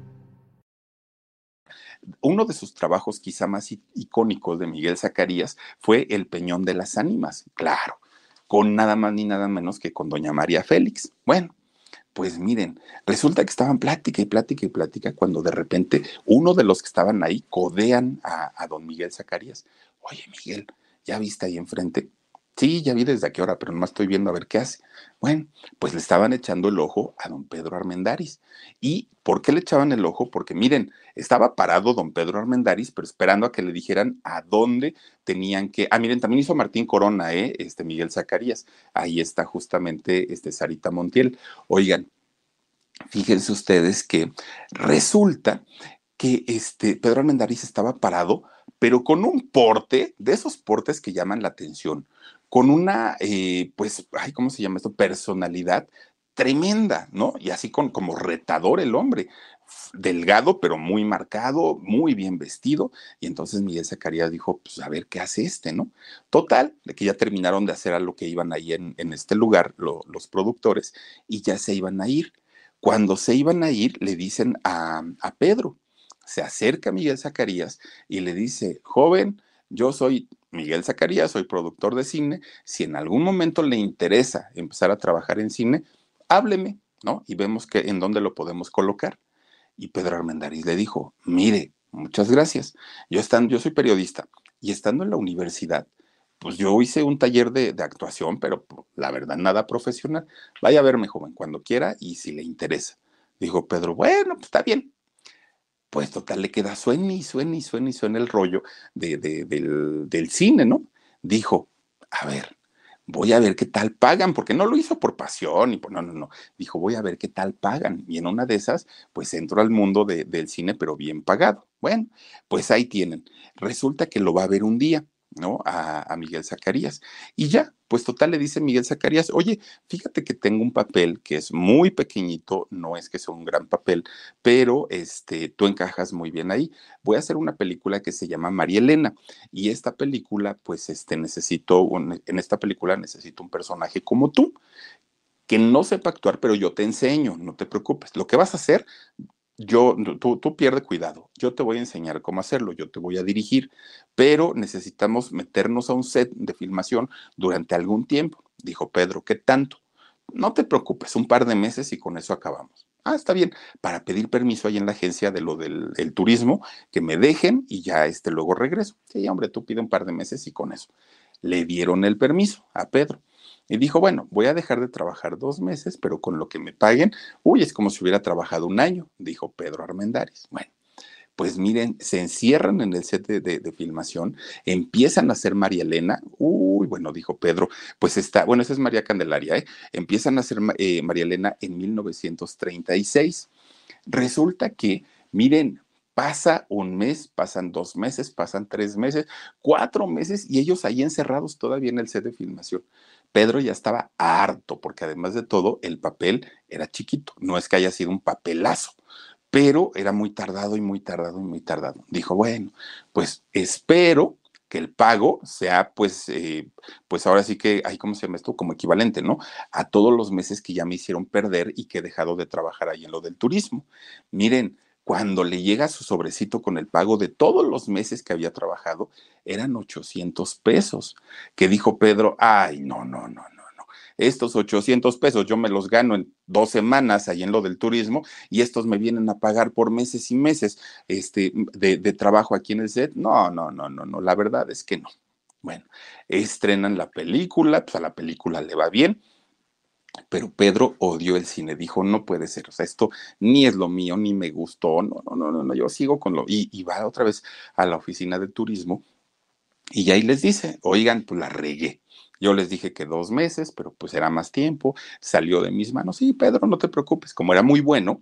Uno de sus trabajos quizá más icónicos de Miguel Zacarías fue El Peñón de las Ánimas, claro, con nada más ni nada menos que con doña María Félix. Bueno, pues miren, resulta que estaban plática y plática y plática cuando de repente uno de los que estaban ahí codean a, a don Miguel Zacarías. Oye, Miguel, ¿ya viste ahí enfrente? Sí, ya vi desde a qué hora, pero nomás estoy viendo a ver qué hace. Bueno, pues le estaban echando el ojo a don Pedro Armendáriz. ¿Y por qué le echaban el ojo? Porque miren, estaba parado don Pedro Armendáriz, pero esperando a que le dijeran a dónde tenían que... Ah, miren, también hizo Martín Corona, ¿eh? Este Miguel Zacarías. Ahí está justamente este Sarita Montiel. Oigan, fíjense ustedes que resulta que este Pedro Armendáriz estaba parado, pero con un porte, de esos portes que llaman la atención, con una, eh, pues, ay, ¿cómo se llama esto? Personalidad tremenda, ¿no? Y así con, como retador el hombre, delgado, pero muy marcado, muy bien vestido. Y entonces Miguel Zacarías dijo, pues a ver qué hace este, ¿no? Total, de que ya terminaron de hacer a lo que iban ahí en, en este lugar lo, los productores y ya se iban a ir. Cuando se iban a ir, le dicen a, a Pedro, se acerca Miguel Zacarías y le dice, joven, yo soy Miguel Zacarías, soy productor de cine, si en algún momento le interesa empezar a trabajar en cine, hábleme, ¿no? Y vemos que en dónde lo podemos colocar. Y Pedro Armendáriz le dijo, mire, muchas gracias, yo, estando, yo soy periodista y estando en la universidad, pues yo hice un taller de, de actuación, pero pues, la verdad nada profesional. Vaya a verme, joven, cuando quiera y si le interesa. Dijo Pedro, bueno, pues está bien. Pues total, le queda suene y suene y suene y suene el rollo de, de, del, del cine, ¿no? Dijo, a ver, voy a ver qué tal pagan, porque no lo hizo por pasión y por, no, no, no. Dijo, voy a ver qué tal pagan. Y en una de esas, pues entro al mundo de, del cine, pero bien pagado. Bueno, pues ahí tienen. Resulta que lo va a ver un día, ¿no? A, a Miguel Zacarías. Y ya, pues total, le dice Miguel Zacarías, oye, fíjate que tengo un papel que es muy pequeñito, no es que sea un gran papel, pero este, tú encajas muy bien ahí. Voy a hacer una película que se llama María Elena y esta película, pues este, necesito, un, en esta película necesito un personaje como tú, que no sepa actuar, pero yo te enseño, no te preocupes. Lo que vas a hacer, yo, tú, tú pierde cuidado, yo te voy a enseñar cómo hacerlo, yo te voy a dirigir, pero necesitamos meternos a un set de filmación durante algún tiempo. Dijo Pedro, ¿qué tanto? No te preocupes, un par de meses y con eso acabamos. Ah, está bien, para pedir permiso ahí en la agencia de lo del, del turismo, que me dejen y ya este, luego regreso. Sí, hombre, tú pide un par de meses y con eso. Le dieron el permiso a Pedro. Y dijo, bueno, voy a dejar de trabajar dos meses, pero con lo que me paguen, uy, es como si hubiera trabajado un año, dijo Pedro Armendáriz. Bueno, pues miren, se encierran en el set de, de, de filmación, empiezan a hacer María Elena. Uy, bueno, dijo Pedro, pues está, bueno, esa es María Candelaria, ¿eh? Empiezan a hacer eh, María Elena en mil novecientos treinta y seis. Resulta que, miren, pasa un mes, pasan dos meses, pasan tres meses, cuatro meses y ellos ahí encerrados todavía en el set de filmación. Pedro ya estaba harto porque además de todo el papel era chiquito, no es que haya sido un papelazo, pero era muy tardado y muy tardado y muy tardado. Dijo, bueno, pues espero que el pago sea, pues, eh, pues ahora sí que, ay, ¿cómo se llama esto? Como equivalente, ¿no? A todos los meses que ya me hicieron perder y que he dejado de trabajar ahí en lo del turismo. Miren, cuando le llega su sobrecito con el pago de todos los meses que había trabajado, eran ochocientos pesos, que dijo Pedro, ay, no, no, no, no. Estos ochocientos pesos yo me los gano en dos semanas ahí en lo del turismo y estos me vienen a pagar por meses y meses este, de, de trabajo aquí en el set. No, no, no, no, no, la verdad es que no. Bueno, estrenan la película, pues a la película le va bien, pero Pedro odió el cine, dijo, no puede ser, o sea, esto ni es lo mío, ni me gustó, no, no, no, no, no yo sigo con lo, y, y va otra vez a la oficina de turismo y ahí les dice, oigan, pues la regué. Yo les dije que dos meses, pero pues era más tiempo, salió de mis manos. Sí, Pedro, no te preocupes, como era muy bueno,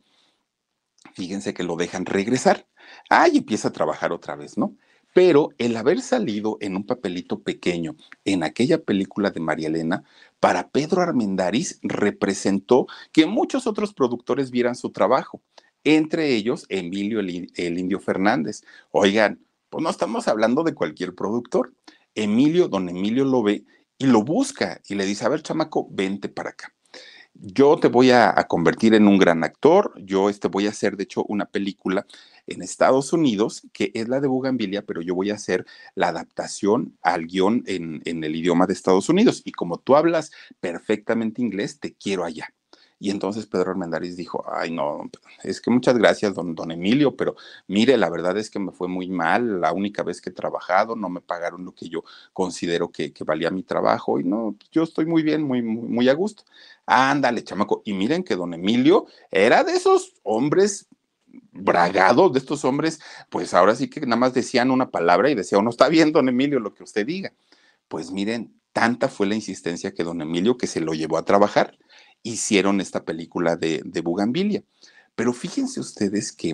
fíjense que lo dejan regresar. Ah, y empieza a trabajar otra vez, ¿no? Pero el haber salido en un papelito pequeño en aquella película de María Elena, para Pedro Armendáriz representó que muchos otros productores vieran su trabajo, entre ellos Emilio el, el Indio Fernández. Oigan, pues no estamos hablando de cualquier productor. Emilio, don Emilio lo ve y lo busca y le dice, a ver, chamaco, vente para acá. Yo te voy a, a convertir en un gran actor, yo este, voy a hacer, de hecho, una película en Estados Unidos, que es la de Bugambilia, pero yo voy a hacer la adaptación al guión en, en el idioma de Estados Unidos. Y como tú hablas perfectamente inglés, te quiero allá. Y entonces Pedro Armendáriz dijo, ay no, es que muchas gracias, don, don Emilio, pero mire, la verdad es que me fue muy mal, la única vez que he trabajado, no me pagaron lo que yo considero que, que valía mi trabajo, y no, yo estoy muy bien, muy, muy, muy a gusto. Ándale, chamaco, y miren que don Emilio era de esos hombres bragados, de estos hombres, pues ahora sí que nada más decían una palabra y decía, no está bien, don Emilio, lo que usted diga. Pues miren, tanta fue la insistencia que don Emilio que se lo llevó a trabajar. Hicieron esta película de, de Bugambilia. Pero fíjense ustedes que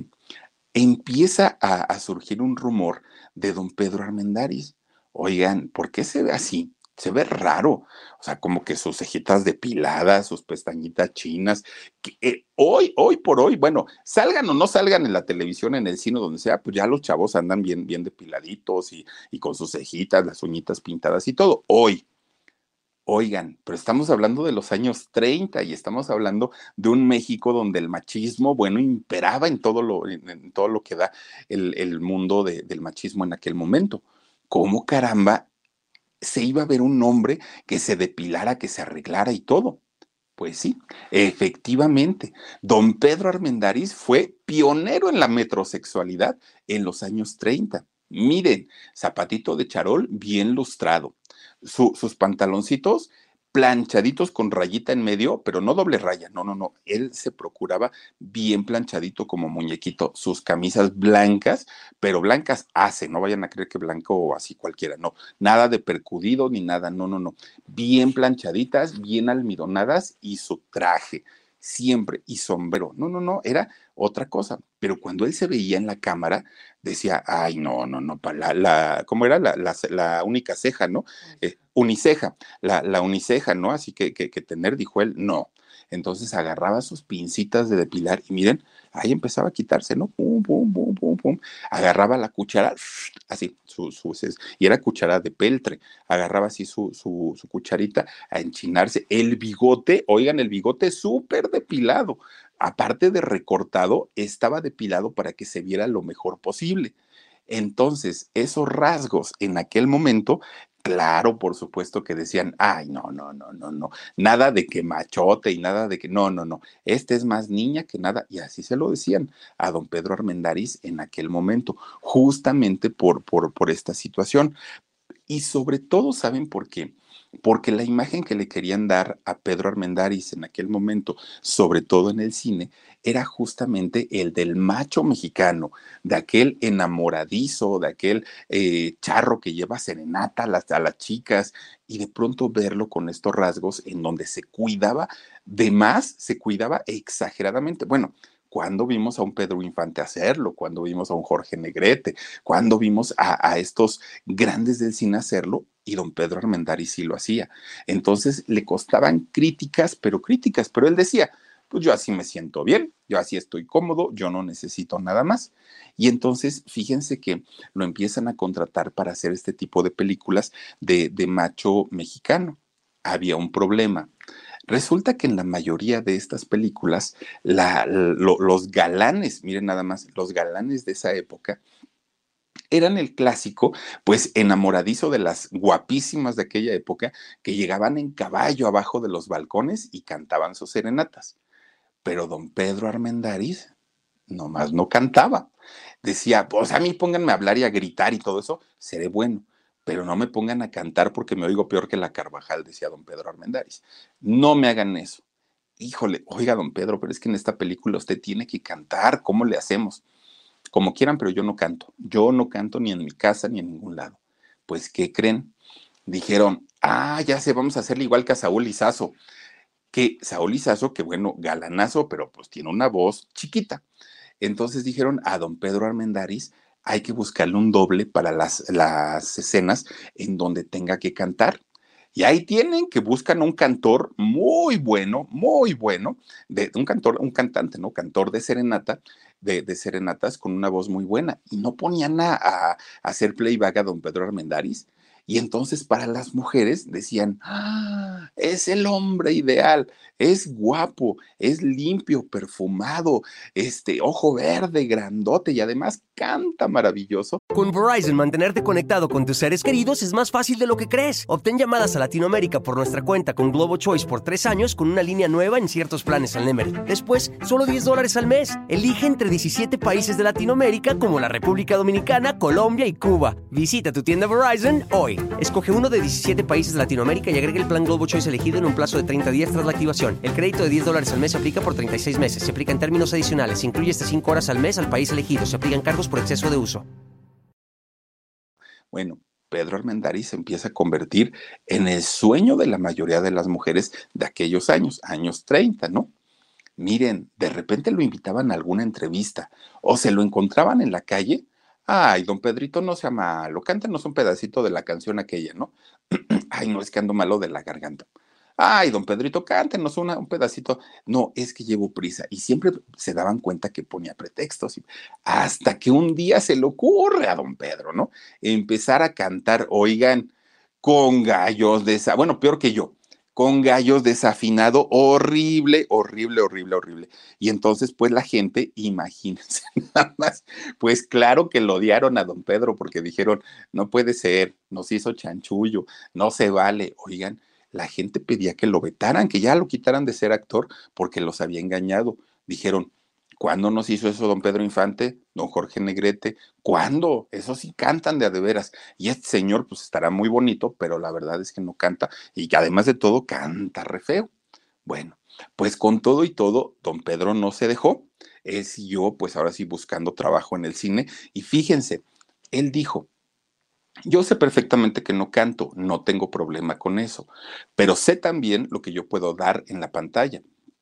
empieza a, a surgir un rumor de don Pedro Armendáriz. Oigan, ¿por qué se ve así? Se ve raro, o sea, como que sus cejitas depiladas, sus pestañitas chinas, que, eh, hoy, hoy por hoy, bueno, salgan o no salgan en la televisión, en el cine, donde sea, pues ya los chavos andan bien, bien depiladitos y, y con sus cejitas, las uñitas pintadas y todo, hoy. Oigan, pero estamos hablando de los años treinta y estamos hablando de un México donde el machismo, bueno, imperaba en todo lo, en, en todo lo que da el, el mundo de, del machismo en aquel momento. ¿Cómo caramba? se iba a ver un hombre que se depilara, que se arreglara y todo. Pues sí, efectivamente, don Pedro Armendáriz fue pionero en la metrosexualidad en los años treinta. Miren, zapatito de charol bien lustrado, su, sus pantaloncitos planchaditos con rayita en medio, pero no doble raya, no, no, no, él se procuraba bien planchadito como muñequito, sus camisas blancas, pero blancas hace, no vayan a creer que blanco o así cualquiera, no, nada de percudido ni nada, no, no, no, bien planchaditas, bien almidonadas y su traje, siempre, y sombrero. No, no, no, era otra cosa. Pero cuando él se veía en la cámara, decía, ay, no, no, no, pa, la, la, ¿cómo era? La, la, la única ceja, ¿no? Eh, uniceja, la, la uniceja, ¿no? Así que, que, que tener, dijo él, no. Entonces agarraba sus pincitas de depilar y miren, ahí empezaba a quitarse, ¿no? Pum, pum, pum, pum, pum. Agarraba la cuchara, así, su, su, y era cuchara de peltre, agarraba así su, su, su cucharita a enchinarse. El bigote, oigan, el bigote súper depilado. Aparte de recortado, estaba depilado para que se viera lo mejor posible. Entonces, esos rasgos en aquel momento, claro, por supuesto que decían, ay, no, no, no, no, no, nada de que machote y nada de que, no, no, no, este es más niña que nada, y así se lo decían a don Pedro Armendáriz en aquel momento, justamente por, por, por esta situación. Y sobre todo, ¿saben por qué? Porque la imagen que le querían dar a Pedro Armendáriz en aquel momento, sobre todo en el cine, era justamente el del macho mexicano, de aquel enamoradizo, de aquel eh, charro que lleva serenata a las, a las chicas, y de pronto verlo con estos rasgos en donde se cuidaba de más, se cuidaba exageradamente. Bueno, cuando vimos a un Pedro Infante hacerlo, cuando vimos a un Jorge Negrete, cuando vimos a, a estos grandes del cine hacerlo, y don Pedro Armendáriz sí lo hacía. Entonces le costaban críticas, pero críticas, pero él decía, pues yo así me siento bien, yo así estoy cómodo, yo no necesito nada más. Y entonces fíjense que lo empiezan a contratar para hacer este tipo de películas de, de macho mexicano. Había un problema. Resulta que en la mayoría de estas películas, la, lo, los galanes, miren nada más, los galanes de esa época, eran el clásico, pues enamoradizo de las guapísimas de aquella época que llegaban en caballo abajo de los balcones y cantaban sus serenatas. Pero don Pedro Armendáriz nomás no cantaba. Decía, pues a mí pónganme a hablar y a gritar y todo eso, seré bueno, pero no me pongan a cantar porque me oigo peor que la Carvajal, decía don Pedro Armendáriz. No me hagan eso. Híjole, oiga, don Pedro, pero es que en esta película usted tiene que cantar, ¿cómo le hacemos? Como quieran, pero yo no canto. Yo no canto ni en mi casa ni en ningún lado. Pues, ¿qué creen? Dijeron, ah, ya sé, vamos a hacerle igual que a Saúl Lizazo. Que Saúl Lizazo, que bueno, galanazo, pero pues tiene una voz chiquita. Entonces dijeron a don Pedro Armendáriz, hay que buscarle un doble para las, las escenas en donde tenga que cantar. Y ahí tienen que buscan un cantor muy bueno, muy bueno, de, un cantor, un cantante, ¿no? Cantor de serenata, de, de serenatas con una voz muy buena. Y no ponían a, a, a hacer playback a don Pedro Armendáriz. Y entonces para las mujeres decían, ah, es el hombre ideal, es guapo, es limpio, perfumado, este, ojo verde, grandote y además canta maravilloso. Con Verizon, mantenerte conectado con tus seres queridos es más fácil de lo que crees. Obtén llamadas a Latinoamérica por nuestra cuenta con Globo Choice por tres años con una línea nueva en ciertos planes al Nemery. Después, solo diez dólares al mes. Elige entre diecisiete países de Latinoamérica como la República Dominicana, Colombia y Cuba. Visita tu tienda Verizon hoy. Escoge uno de diecisiete países de Latinoamérica y agrega el plan Globo Choice elegido en un plazo de treinta días tras la activación. El crédito de diez dólares al mes se aplica por treinta y seis meses. Se aplica en términos adicionales. Se incluye hasta cinco horas al mes al país elegido. Se aplican cargos por exceso de uso. Bueno, Pedro Armendáriz se empieza a convertir en el sueño de la mayoría de las mujeres de aquellos años, años treinta, ¿no? Miren, de repente lo invitaban a alguna entrevista o se lo encontraban en la calle. Ay, don Pedrito, no sea malo, cántanos un pedacito de la canción aquella, ¿no? Ay, no, es que ando malo de la garganta. Ay, don Pedrito, cántenos una, un pedacito. No, es que llevo prisa. Y siempre se daban cuenta que ponía pretextos. Hasta que un día se le ocurre a don Pedro, ¿no? Empezar a cantar, oigan, con gallos de esa, bueno, peor que yo, con gallos desafinado, horrible, horrible, horrible, horrible. Y entonces, pues la gente, imagínense nada más, pues claro que lo odiaron a don Pedro porque dijeron, no puede ser, nos hizo chanchullo, no se vale. Oigan, la gente pedía que lo vetaran, que ya lo quitaran de ser actor porque los había engañado. Dijeron, ¿cuándo nos hizo eso don Pedro Infante, don Jorge Negrete? ¿Cuándo? Eso sí cantan de a de veras. Y este señor pues estará muy bonito, pero la verdad es que no canta y que además de todo canta re feo. Bueno, pues con todo y todo, don Pedro no se dejó. Él siguió pues ahora sí buscando trabajo en el cine y fíjense, él dijo, yo sé perfectamente que no canto, no tengo problema con eso, pero sé también lo que yo puedo dar en la pantalla.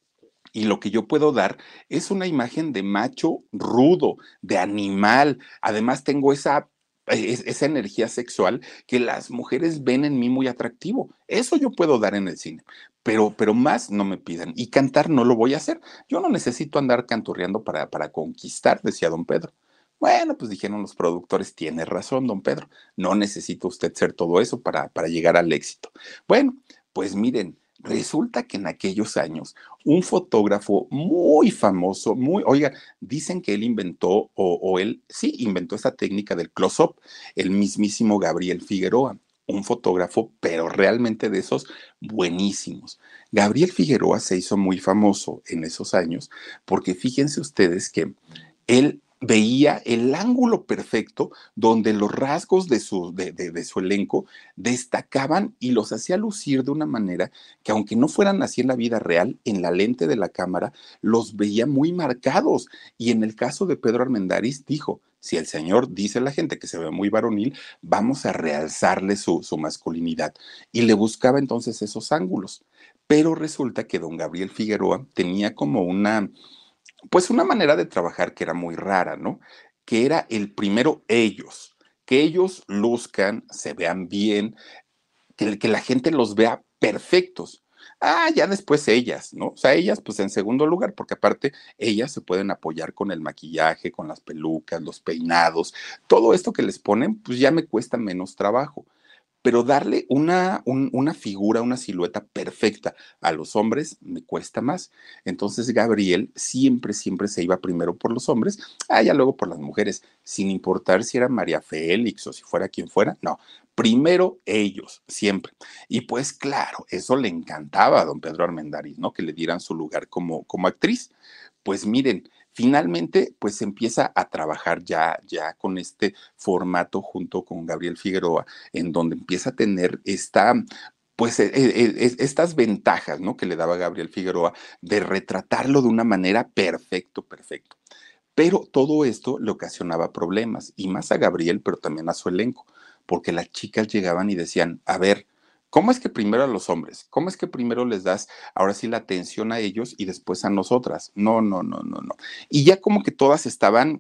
Y lo que yo puedo dar es una imagen de macho rudo, de animal. Además tengo esa, es- esa energía sexual que las mujeres ven en mí muy atractivo. Eso yo puedo dar en el cine. Pero, pero más no me pidan. Y cantar no lo voy a hacer. Yo no necesito andar canturreando para, para conquistar, decía don Pedro. Bueno, pues dijeron los productores, tiene razón, don Pedro. No necesita usted ser todo eso para, para llegar al éxito. Bueno, pues miren, resulta que en aquellos años un fotógrafo muy famoso, muy, oiga, dicen que él inventó, o, o él sí inventó esa técnica del close-up, el mismísimo Gabriel Figueroa, un fotógrafo, pero realmente de esos buenísimos. Gabriel Figueroa se hizo muy famoso en esos años porque fíjense ustedes que él veía el ángulo perfecto donde los rasgos de su, de, de, de su elenco destacaban y los hacía lucir de una manera que aunque no fueran así en la vida real, en la lente de la cámara los veía muy marcados. Y en el caso de Pedro Armendáriz dijo, si el señor dice a la gente que se ve muy varonil, vamos a realzarle su, su masculinidad. Y le buscaba entonces esos ángulos. Pero resulta que don Gabriel Figueroa tenía como una, pues una manera de trabajar que era muy rara, ¿no? Que era el primero ellos, que ellos luzcan, se vean bien, que, que la gente los vea perfectos. Ah, ya después ellas, ¿no? O sea, ellas pues en segundo lugar, porque aparte ellas se pueden apoyar con el maquillaje, con las pelucas, los peinados, todo esto que les ponen, pues ya me cuesta menos trabajo, pero darle una, un- una figura, una silueta perfecta a los hombres me cuesta más. Entonces Gabriel siempre, siempre se iba primero por los hombres, ah, ya luego por las mujeres, sin importar si era María Félix o si fuera quien fuera, no, primero ellos, siempre. Y pues claro, eso le encantaba a don Pedro Armendáriz, ¿no? Que le dieran su lugar como, como actriz. Pues miren, finalmente pues empieza a trabajar ya, ya con este formato junto con Gabriel Figueroa en donde empieza a tener esta, pues eh, eh, eh, estas ventajas, ¿no? Que le daba Gabriel Figueroa de retratarlo de una manera perfecto, perfecto. Pero todo esto le ocasionaba problemas, y más a Gabriel, pero también a su elenco, porque las chicas llegaban y decían, a ver, ¿cómo es que primero a los hombres? ¿Cómo es que primero les das ahora sí la atención a ellos y después a nosotras? No, no, no, no, no. Y ya como que todas estaban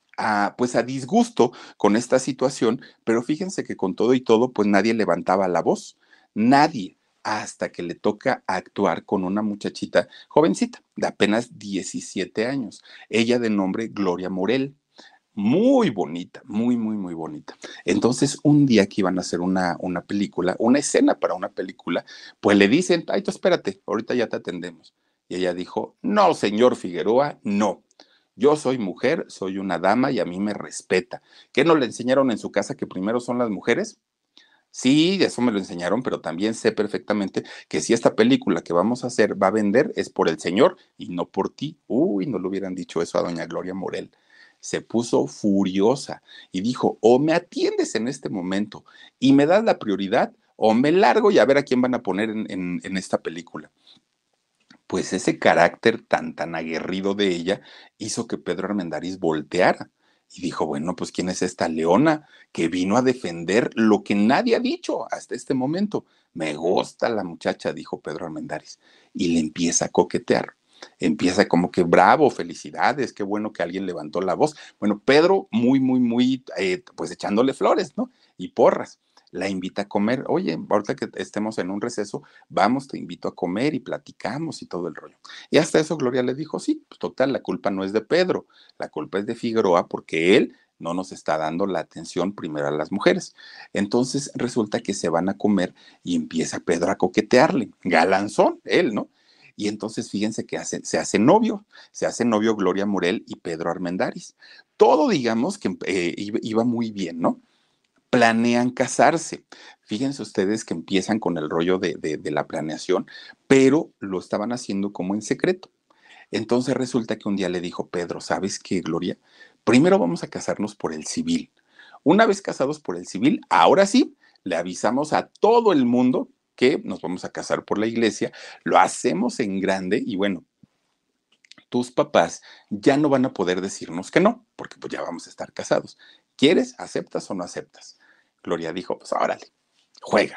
a, pues a disgusto con esta situación, pero fíjense que con todo y todo, pues nadie levantaba la voz, nadie, hasta que le toca actuar con una muchachita jovencita, de apenas diecisiete años, ella de nombre Gloria Morel. Muy bonita, muy, muy, muy bonita. Entonces, un día que iban a hacer una, una película, una escena para una película, pues le dicen, ay, tú espérate, ahorita ya te atendemos. Y ella dijo, no, señor Figueroa, no. Yo soy mujer, soy una dama y a mí me respeta. ¿Qué no le enseñaron en su casa que primero son las mujeres? Sí, eso me lo enseñaron, pero también sé perfectamente que si esta película que vamos a hacer va a vender es por el señor y no por ti. Uy, no le hubieran dicho eso a doña Gloria Morel. Se puso furiosa y dijo, o me atiendes en este momento y me das la prioridad, o me largo y a ver a quién van a poner en, en, en esta película. Pues ese carácter tan, tan aguerrido de ella hizo que Pedro Armendáriz volteara y dijo, bueno, pues ¿quién es esta leona que vino a defender lo que nadie ha dicho hasta este momento? Me gusta la muchacha, dijo Pedro Armendáriz, y le empieza a coquetear. Empieza como que bravo, felicidades, qué bueno que alguien levantó la voz. Bueno, Pedro muy, muy, muy, eh, pues echándole flores, ¿no? Y porras. La invita a comer. Oye, ahorita que estemos en un receso, vamos, te invito a comer y platicamos y todo el rollo. Y hasta eso Gloria le dijo, sí, pues total, la culpa no es de Pedro, la culpa es de Figueroa porque él no nos está dando la atención primero a las mujeres. Entonces resulta que se van a comer y empieza Pedro a coquetearle, galanzón, él, ¿no? Y entonces fíjense que hace, se hace novio, se hace novio Gloria Morel y Pedro Armendáriz. Todo, digamos, que eh, iba, iba muy bien, ¿no? Planean casarse. Fíjense ustedes que empiezan con el rollo de, de, de la planeación, pero lo estaban haciendo como en secreto. Entonces resulta que un día le dijo Pedro, ¿sabes qué, Gloria? Primero vamos a casarnos por el civil. Una vez casados por el civil, ahora sí, le avisamos a todo el mundo que nos vamos a casar por la iglesia, lo hacemos en grande y bueno, tus papás ya no van a poder decirnos que no, porque pues ya vamos a estar casados. ¿Quieres? ¿Aceptas o no aceptas? Gloria dijo, pues órale, juega.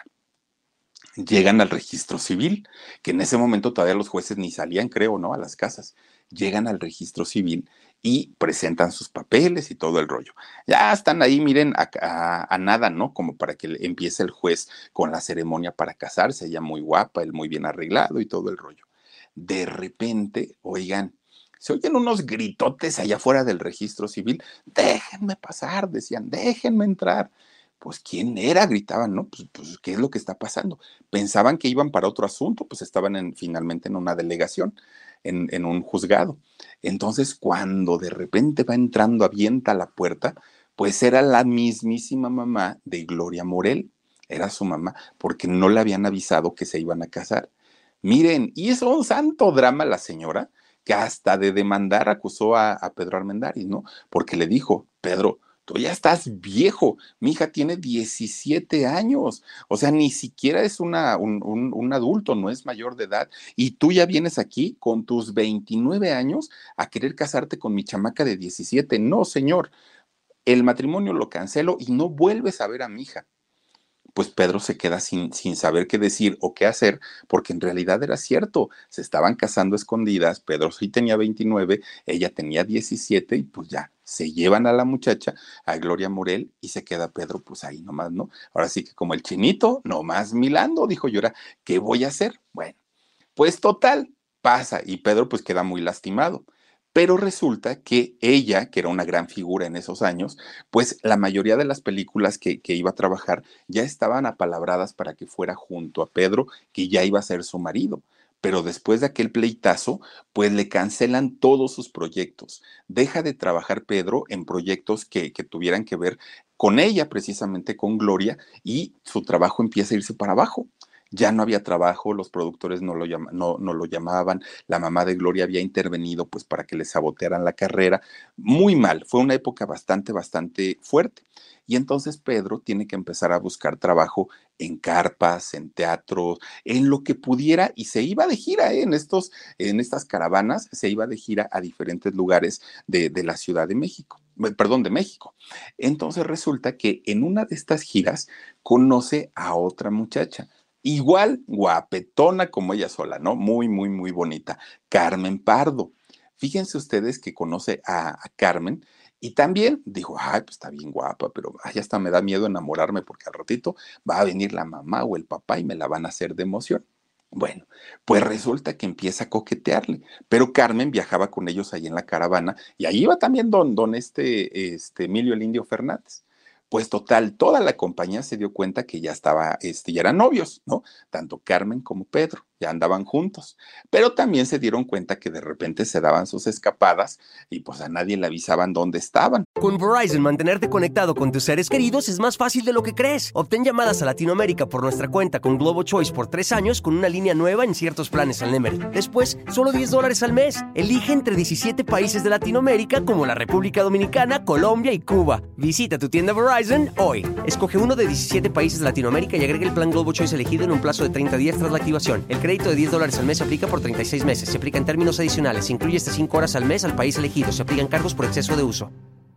Llegan al registro civil, que en ese momento todavía los jueces ni salían, creo, ¿no? A las casas. Llegan al registro civil y presentan sus papeles y todo el rollo. Ya están ahí, miren, a, a, a nada, ¿no? Como para que empiece el juez con la ceremonia para casarse, ella muy guapa, él muy bien arreglado y todo el rollo. De repente, oigan, se oyen unos gritotes allá afuera del registro civil. Déjenme pasar, decían, déjenme entrar. Pues, ¿quién era? Gritaban, ¿no? Pues, pues, ¿qué es lo que está pasando? Pensaban que iban para otro asunto, pues estaban en, finalmente en una delegación, en, en un juzgado. Entonces, cuando de repente va entrando, avienta la puerta, pues era la mismísima mamá de Gloria Morel, era su mamá, porque no le habían avisado que se iban a casar. Miren, hizo un santo drama la señora, que hasta de demandar acusó a, a Pedro Armendáriz, ¿no? Porque le dijo, Pedro, tú ya estás viejo, mi hija tiene diecisiete años, o sea, ni siquiera es una, un, un, un adulto, no es mayor de edad, y tú ya vienes aquí con tus veintinueve años a querer casarte con mi chamaca de diecisiete. No, señor, el matrimonio lo cancelo y no vuelves a ver a mi hija. Pues Pedro se queda sin, sin saber qué decir o qué hacer, porque en realidad era cierto, se estaban casando escondidas, Pedro sí tenía veintinueve, ella tenía diecisiete y pues ya, se llevan a la muchacha, a Gloria Morel, y se queda Pedro pues ahí nomás, ¿no? Ahora sí que como el chinito, nomás milando, dijo Llora, ¿qué voy a hacer? Bueno, pues total, pasa y Pedro pues queda muy lastimado. Pero resulta que ella, que era una gran figura en esos años, pues la mayoría de las películas que, que iba a trabajar ya estaban apalabradas para que fuera junto a Pedro, que ya iba a ser su marido. Pero después de aquel pleitazo, pues le cancelan todos sus proyectos. Deja de trabajar Pedro en proyectos que, que tuvieran que ver con ella, precisamente con Gloria, y su trabajo empieza a irse para abajo. Ya no había trabajo, los productores no lo, llama, no, no lo llamaban, la mamá de Gloria había intervenido pues para que le sabotearan la carrera. Muy mal, fue una época bastante, bastante fuerte. Y entonces Pedro tiene que empezar a buscar trabajo en carpas, en teatros, en lo que pudiera, y se iba de gira, ¿eh? en, estos, en estas caravanas, se iba de gira a diferentes lugares de, de la Ciudad de México, perdón, de México. Entonces resulta que en una de estas giras conoce a otra muchacha, igual guapetona como ella sola, ¿no? Muy, muy, muy bonita. Carmen Pardo. Fíjense ustedes que conoce a, a Carmen y también dijo, ay, pues está bien guapa, pero ay, hasta me da miedo enamorarme porque al ratito va a venir la mamá o el papá y me la van a hacer de emoción. Bueno, pues resulta que empieza a coquetearle, pero Carmen viajaba con ellos ahí en la caravana y ahí iba también don, don este, este Emilio el Indio Fernández. Pues total, toda la compañía se dio cuenta que ya estaba, este, ya eran novios, ¿no? Tanto Carmen como Pedro, ya andaban juntos. Pero también se dieron cuenta que de repente se daban sus escapadas y pues a nadie le avisaban dónde estaban. Con Verizon, mantenerte conectado con tus seres queridos es más fácil de lo que crees. Obtén llamadas a Latinoamérica por nuestra cuenta con Globo Choice por tres años con una línea nueva en ciertos planes al Nemery. Después, solo diez dólares al mes. Elige entre diecisiete países de Latinoamérica como la República Dominicana, Colombia y Cuba. Visita tu tienda Verizon hoy. Escoge uno de diecisiete países de Latinoamérica y agrega el plan Globo Choice elegido en un plazo de treinta días tras la activación. El crédito de diez dólares al mes se aplica por treinta y seis meses. Se aplica en términos adicionales. Se incluye hasta cinco horas al mes al país elegido. Se aplican cargos por exceso de uso.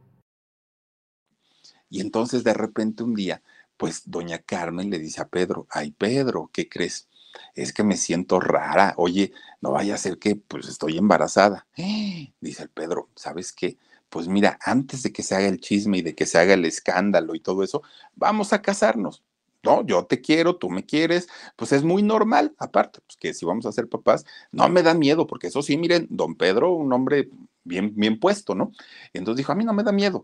Y entonces de repente un día, pues doña Carmen le dice a Pedro, ay Pedro, ¿qué crees? Es que me siento rara, oye, no vaya a ser que pues estoy embarazada. ¡Eh! Dice el Pedro, ¿sabes qué? Pues mira, antes de que se haga el chisme y de que se haga el escándalo y todo eso, vamos a casarnos. No, yo te quiero, tú me quieres, pues es muy normal, aparte, pues que si vamos a ser papás, no me da miedo, porque eso sí, miren, don Pedro, un hombre bien, bien puesto, ¿no? Entonces dijo, a mí no me da miedo,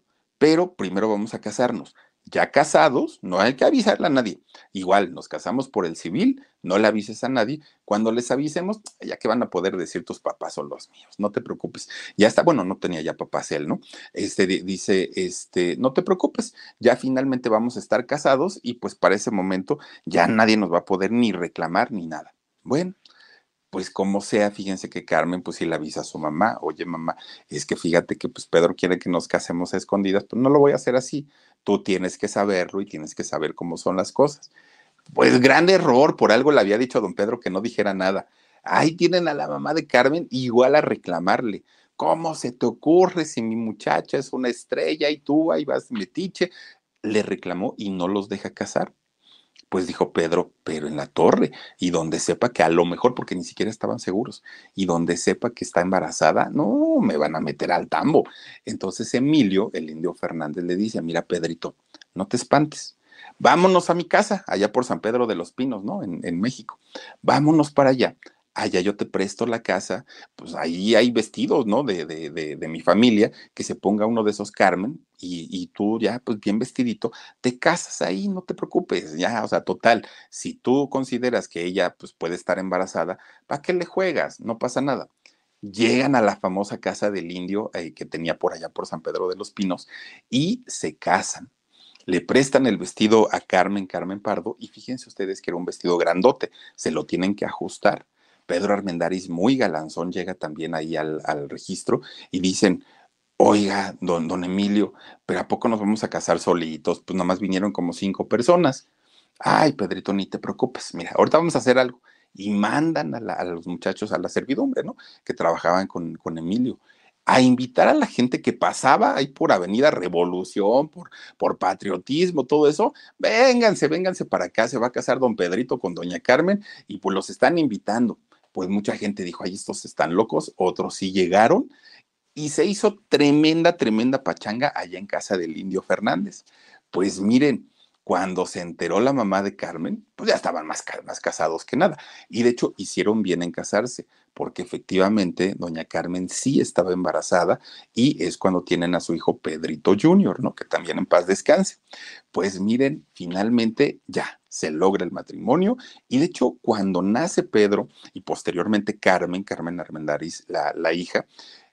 pero primero vamos a casarnos. Ya casados, no hay que avisarle a nadie. Igual, nos casamos por el civil, no le avises a nadie. Cuando les avisemos, ya que van a poder decir tus papás o los míos, no te preocupes. Ya está, bueno, no tenía ya papás él, ¿no? Este dice, este, no te preocupes, ya finalmente vamos a estar casados y pues para ese momento ya nadie nos va a poder ni reclamar ni nada. Bueno, pues como sea, fíjense que Carmen pues sí le avisa a su mamá, oye mamá, es que fíjate que pues Pedro quiere que nos casemos a escondidas, pues no lo voy a hacer así, tú tienes que saberlo y tienes que saber cómo son las cosas. Pues gran error, por algo le había dicho a don Pedro que no dijera nada. Ahí tienen a la mamá de Carmen igual a reclamarle. ¿Cómo se te ocurre si mi muchacha es una estrella y tú ahí vas metiche? Le reclamó y no los deja casar. Pues dijo Pedro, pero en la torre, y donde sepa que a lo mejor, porque ni siquiera estaban seguros, y donde sepa que está embarazada, no, me van a meter al tambo. Entonces Emilio, el indio Fernández, le dice, mira Pedrito, no te espantes, vámonos a mi casa, allá por San Pedro de los Pinos, ¿no? En, en México, vámonos para allá. Allá yo te presto la casa, pues ahí hay vestidos, ¿no? De, de, de, de mi familia, que se ponga uno de esos Carmen y, y tú ya, pues bien vestidito, te casas ahí, no te preocupes, ya, o sea, total, si tú consideras que ella pues puede estar embarazada, ¿para qué le juegas? No pasa nada. Llegan a la famosa casa del indio eh, que tenía por allá por San Pedro de los Pinos y se casan. Le prestan el vestido a Carmen, Carmen Pardo, y fíjense ustedes que era un vestido grandote, se lo tienen que ajustar. Pedro Armendáriz, muy galanzón, llega también ahí al, al registro y dicen, oiga, don, don Emilio, pero ¿a poco nos vamos a casar solitos? Pues nomás vinieron como cinco personas. Ay, Pedrito, ni te preocupes. Mira, ahorita vamos a hacer algo. Y mandan a, la, a los muchachos a la servidumbre, ¿no? Que trabajaban con, con Emilio, a invitar a la gente que pasaba ahí por Avenida Revolución, por, por patriotismo, todo eso. Vénganse, vénganse para acá. Se va a casar don Pedrito con doña Carmen y pues los están invitando. Pues mucha gente dijo, ay, estos están locos. Otros sí llegaron y se hizo tremenda, tremenda pachanga allá en casa del indio Fernández. Pues miren, cuando se enteró la mamá de Carmen, pues ya estaban más, más casados que nada. Y de hecho hicieron bien en casarse, porque efectivamente doña Carmen sí estaba embarazada y es cuando tienen a su hijo Pedrito junior, ¿no? Que también en paz descanse. Pues miren, finalmente ya se logra el matrimonio y de hecho cuando nace Pedro y posteriormente Carmen, Carmen Armendáriz, la, la hija,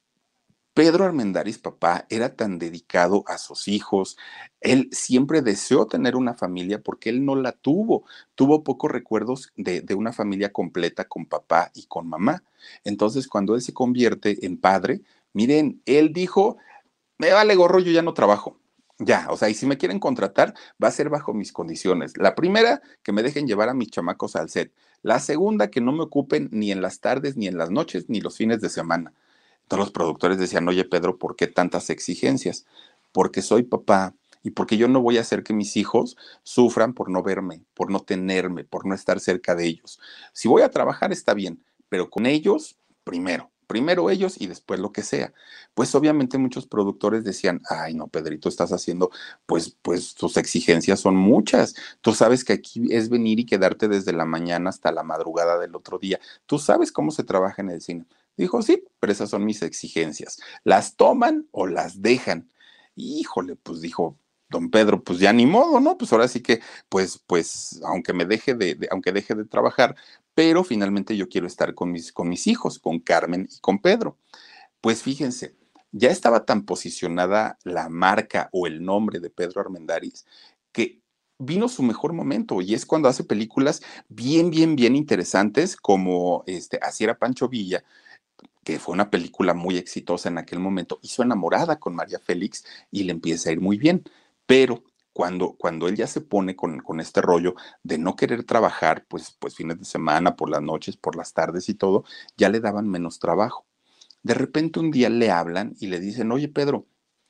Pedro Armendáriz, papá, era tan dedicado a sus hijos. Él siempre deseó tener una familia porque él no la tuvo. Tuvo pocos recuerdos de, de una familia completa con papá y con mamá. Entonces, cuando él se convierte en padre, miren, él dijo, me vale gorro, yo ya no trabajo. Ya, o sea, y si me quieren contratar, va a ser bajo mis condiciones. La primera, que me dejen llevar a mis chamacos al set. La segunda, que no me ocupen ni en las tardes, ni en las noches, ni los fines de semana. Todos los productores decían, oye Pedro, ¿por qué tantas exigencias? Porque soy papá y porque yo no voy a hacer que mis hijos sufran por no verme, por no tenerme, por no estar cerca de ellos. Si voy a trabajar está bien, pero con ellos primero. Primero ellos y después lo que sea. Pues obviamente muchos productores decían, ay no, Pedrito, estás haciendo, pues, pues tus exigencias son muchas. Tú sabes que aquí es venir y quedarte desde la mañana hasta la madrugada del otro día. Tú sabes cómo se trabaja en el cine. Dijo, sí, pero esas son mis exigencias. ¿Las toman o las dejan? Híjole, pues dijo don Pedro, pues ya ni modo, ¿no? Pues ahora sí que, pues, pues, aunque me deje de, de aunque deje de trabajar, pero finalmente yo quiero estar con mis, con mis hijos, con Carmen y con Pedro. Pues fíjense, ya estaba tan posicionada la marca o el nombre de Pedro Armendáriz que vino su mejor momento y es cuando hace películas bien, bien, bien interesantes como este, Así era Pancho Villa, que fue una película muy exitosa en aquel momento, hizo Enamorada con María Félix y le empieza a ir muy bien, pero cuando, cuando él ya se pone con, con este rollo de no querer trabajar, pues, pues fines de semana, por las noches, por las tardes y todo, ya le daban menos trabajo. De repente un día le hablan y le dicen, oye Pedro,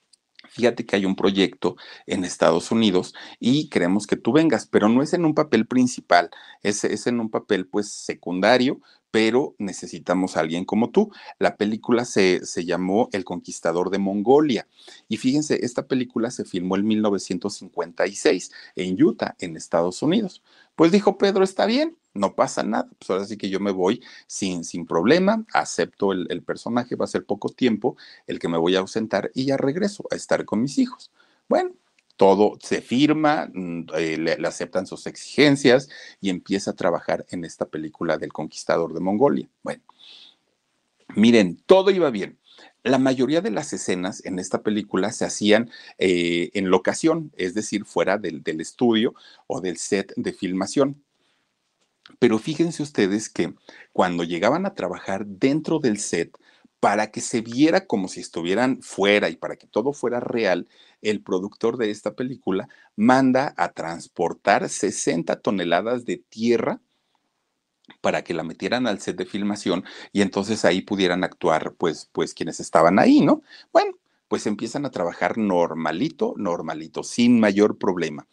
fíjate que hay un proyecto en Estados Unidos y queremos que tú vengas, pero no es en un papel principal, es, es en un papel pues secundario, pero necesitamos a alguien como tú. La película se, se llamó El Conquistador de Mongolia y fíjense, esta película se filmó en mil novecientos cincuenta y seis en Utah, en Estados Unidos. Pues dijo Pedro, está bien, no pasa nada, pues ahora sí que yo me voy sin, sin problema, acepto el, el personaje, va a ser poco tiempo el que me voy a ausentar y ya regreso a estar con mis hijos. Bueno, todo se firma, mm, eh, le, le aceptan sus exigencias y empieza a trabajar en esta película del Conquistador de Mongolia. Bueno, miren, todo iba bien. La mayoría de las escenas en esta película se hacían eh, en locación, es decir, fuera del, del estudio o del set de filmación. Pero fíjense ustedes que cuando llegaban a trabajar dentro del set, para que se viera como si estuvieran fuera y para que todo fuera real, el productor de esta película manda a transportar sesenta toneladas de tierra para que la metieran al set de filmación y entonces ahí pudieran actuar pues, pues quienes estaban ahí, ¿no? Bueno, pues empiezan a trabajar normalito, normalito, sin mayor problema.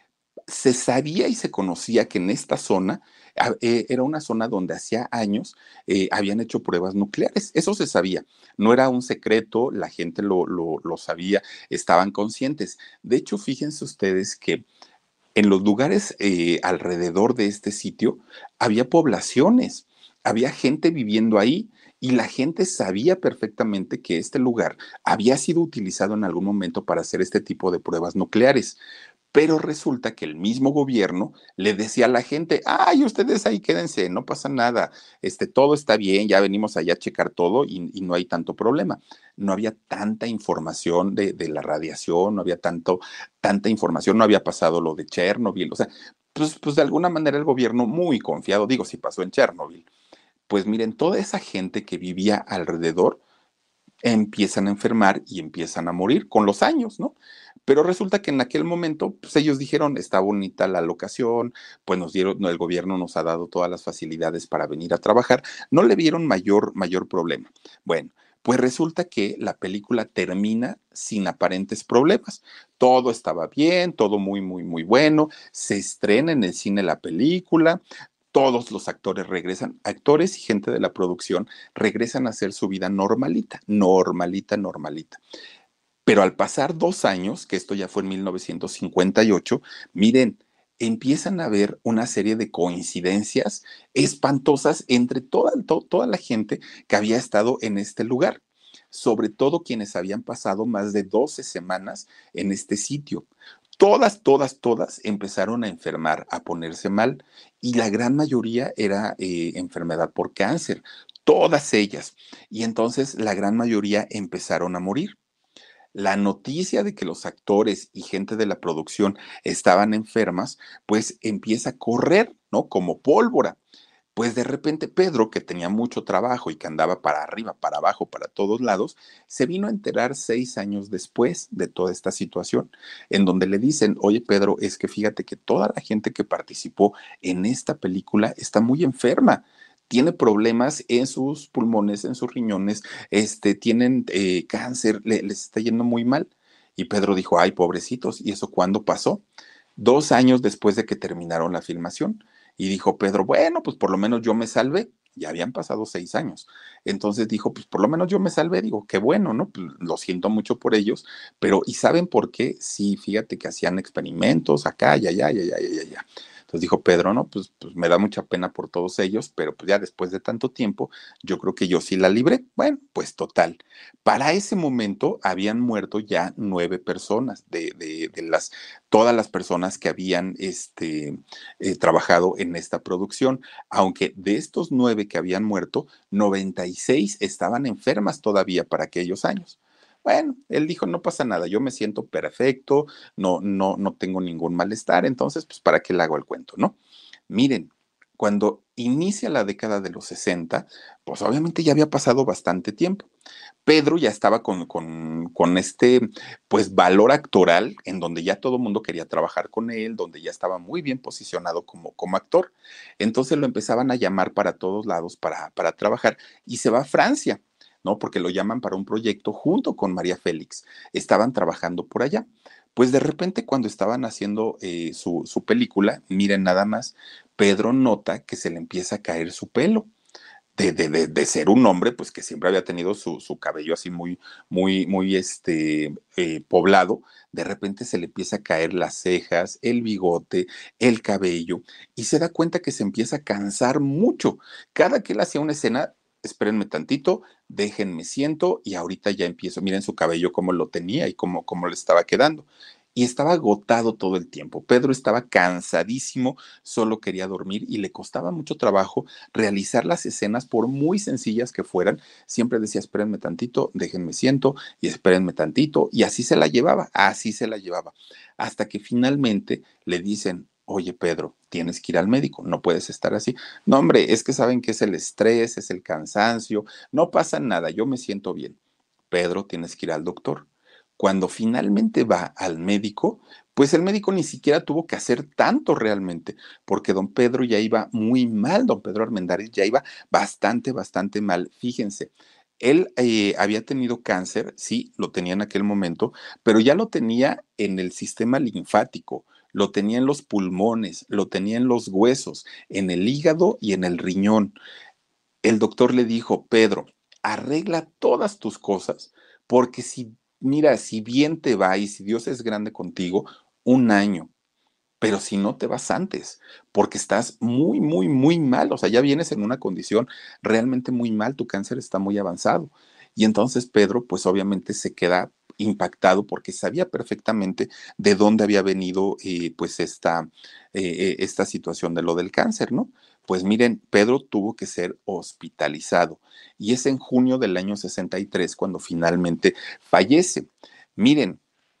Se sabía y se conocía que en esta zona a- eh, era una zona donde hacía años eh, habían hecho pruebas nucleares. Eso se sabía. No era un secreto, la gente lo, lo, lo sabía, estaban conscientes. De hecho, fíjense ustedes que en los lugares eh, alrededor de este sitio había poblaciones, había gente viviendo ahí y la gente sabía perfectamente que este lugar había sido utilizado en algún momento para hacer este tipo de pruebas nucleares. Pero resulta que el mismo gobierno le decía a la gente, ay, ustedes ahí quédense, no pasa nada, este, todo está bien, ya venimos allá a checar todo y, y no hay tanto problema. No había tanta información de, de la radiación, no había tanto, tanta información, no había pasado lo de Chernobyl, o sea, pues, pues de alguna manera el gobierno muy confiado, digo, si pasó en Chernobyl, pues miren, toda esa gente que vivía alrededor empiezan a enfermar y empiezan a morir con los años, ¿no? Pero resulta que en aquel momento, pues ellos dijeron, está bonita la locación, pues nos dieron, no, el gobierno nos ha dado todas las facilidades para venir a trabajar, no le vieron mayor, mayor problema. Bueno, pues resulta que la película termina sin aparentes problemas. Todo estaba bien, todo muy, muy, muy bueno. Se estrena en el cine la película, todos los actores regresan, actores y gente de la producción regresan a hacer su vida normalita, normalita, normalita. Pero al pasar dos años, que esto ya fue en mil novecientos cincuenta y ocho, miren, empiezan a haber una serie de coincidencias espantosas entre toda, to, toda la gente que había estado en este lugar, sobre todo quienes habían pasado más de doce semanas en este sitio. Todas, todas, todas empezaron a enfermar, a ponerse mal, y la gran mayoría era eh, enfermedad por cáncer, todas ellas. Y entonces la gran mayoría empezaron a morir. La noticia de que los actores y gente de la producción estaban enfermas, pues empieza a correr, ¿no? Como pólvora. Pues de repente Pedro, que tenía mucho trabajo y que andaba para arriba, para abajo, para todos lados, se vino a enterar seis años después de toda esta situación, en donde le dicen, oye Pedro, es que fíjate que toda la gente que participó en esta película está muy enferma. Tiene problemas en sus pulmones, en sus riñones, este, tienen eh, cáncer, le- les está yendo muy mal. Y Pedro dijo, ay, pobrecitos, ¿y eso cuándo pasó? Dos años después de que terminaron la filmación. Y dijo Pedro, bueno, pues por lo menos yo me salvé. Ya habían pasado seis años. Entonces dijo, pues por lo menos yo me salvé. Digo, qué bueno, ¿no? Pues, lo siento mucho por ellos, pero ¿y saben por qué? Sí, fíjate que hacían experimentos acá, ya, ya, ya, ya, ya, ya. Ya. Entonces dijo Pedro, no, pues, pues me da mucha pena por todos ellos, pero pues ya después de tanto tiempo, yo creo que yo sí la libré. Bueno, pues total. Para ese momento habían muerto ya nueve personas de, de, de las, todas las personas que habían este, eh, trabajado en esta producción, aunque de estos nueve que habían muerto, noventa y seis estaban enfermas todavía para aquellos años. Bueno, él dijo, no pasa nada, yo me siento perfecto, no, no, no tengo ningún malestar, entonces, pues, ¿para qué le hago el cuento, no? Miren, cuando inicia la década de los sesenta, pues obviamente ya había pasado bastante tiempo. Pedro ya estaba con, con, con este pues valor actoral en donde ya todo el mundo quería trabajar con él, donde ya estaba muy bien posicionado como, como actor. Entonces lo empezaban a llamar para todos lados para, para trabajar y se va a Francia, ¿no? Porque lo llaman para un proyecto junto con María Félix. Estaban trabajando por allá. Pues de repente cuando estaban haciendo eh, su, su película, miren nada más, Pedro nota que se le empieza a caer su pelo de, de, de, de, ser un hombre, pues que siempre había tenido su, su cabello así muy, muy, muy este, eh, poblado, de repente se le empieza a caer las cejas, el bigote, el cabello, y se da cuenta que se empieza a cansar mucho. Cada que él hacía una escena, espérenme tantito, déjenme siento y ahorita ya empiezo. Miren su cabello cómo lo tenía y cómo, cómo le estaba quedando. Y estaba agotado todo el tiempo. Pedro estaba cansadísimo, solo quería dormir y le costaba mucho trabajo realizar las escenas, por muy sencillas que fueran. Siempre decía, espérenme tantito, déjenme siento y espérenme tantito. Y así se la llevaba, así se la llevaba. Hasta que finalmente le dicen, oye Pedro, tienes que ir al médico, no puedes estar así. No, hombre, es que saben que es el estrés, es el cansancio, no pasa nada, yo me siento bien. Pedro, tienes que ir al doctor. Cuando finalmente va al médico, pues el médico ni siquiera tuvo que hacer tanto realmente, porque don Pedro ya iba muy mal, don Pedro Armendáriz ya iba bastante, bastante mal. Fíjense, él eh, había tenido cáncer, sí, lo tenía en aquel momento, pero ya lo tenía en el sistema linfático, lo tenía en los pulmones, lo tenía en los huesos, en el hígado y en el riñón. El doctor le dijo, Pedro, arregla todas tus cosas, porque si, mira, si bien te va y si Dios es grande contigo, un año, pero si no te vas antes, porque estás muy, muy, muy mal, o sea, ya vienes en una condición realmente muy mal, tu cáncer está muy avanzado. Y entonces Pedro, pues obviamente se queda impactado porque sabía perfectamente de dónde había venido eh, pues esta, eh, eh, esta situación de lo del cáncer, ¿no? Pues miren, Pedro tuvo que ser hospitalizado y es en junio del año sesenta y tres cuando finalmente fallece. Miren,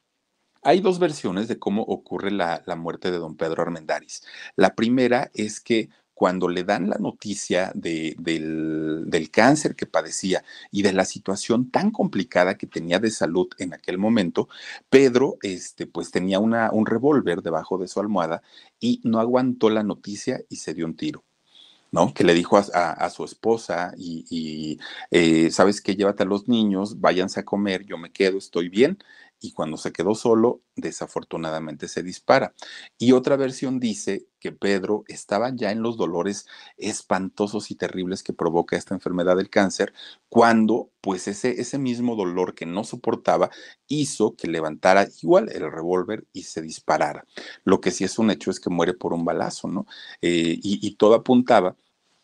hay dos versiones de cómo ocurre la, la muerte de don Pedro Armendáriz. La primera es que cuando le dan la noticia de, del, del cáncer que padecía y de la situación tan complicada que tenía de salud en aquel momento, Pedro este, pues tenía una, un revólver debajo de su almohada y no aguantó la noticia y se dio un tiro. ¿No? Que le dijo a, a, a su esposa y, y eh, ¿sabes qué? Llévate a los niños, váyanse a comer, yo me quedo, estoy bien. Y cuando se quedó solo, desafortunadamente se dispara. Y otra versión dice que Pedro estaba ya en los dolores espantosos y terribles que provoca esta enfermedad del cáncer, cuando pues ese, ese mismo dolor que no soportaba hizo que levantara igual el revólver y se disparara. Lo que sí es un hecho es que muere por un balazo, ¿no? Eh, y, y todo apuntaba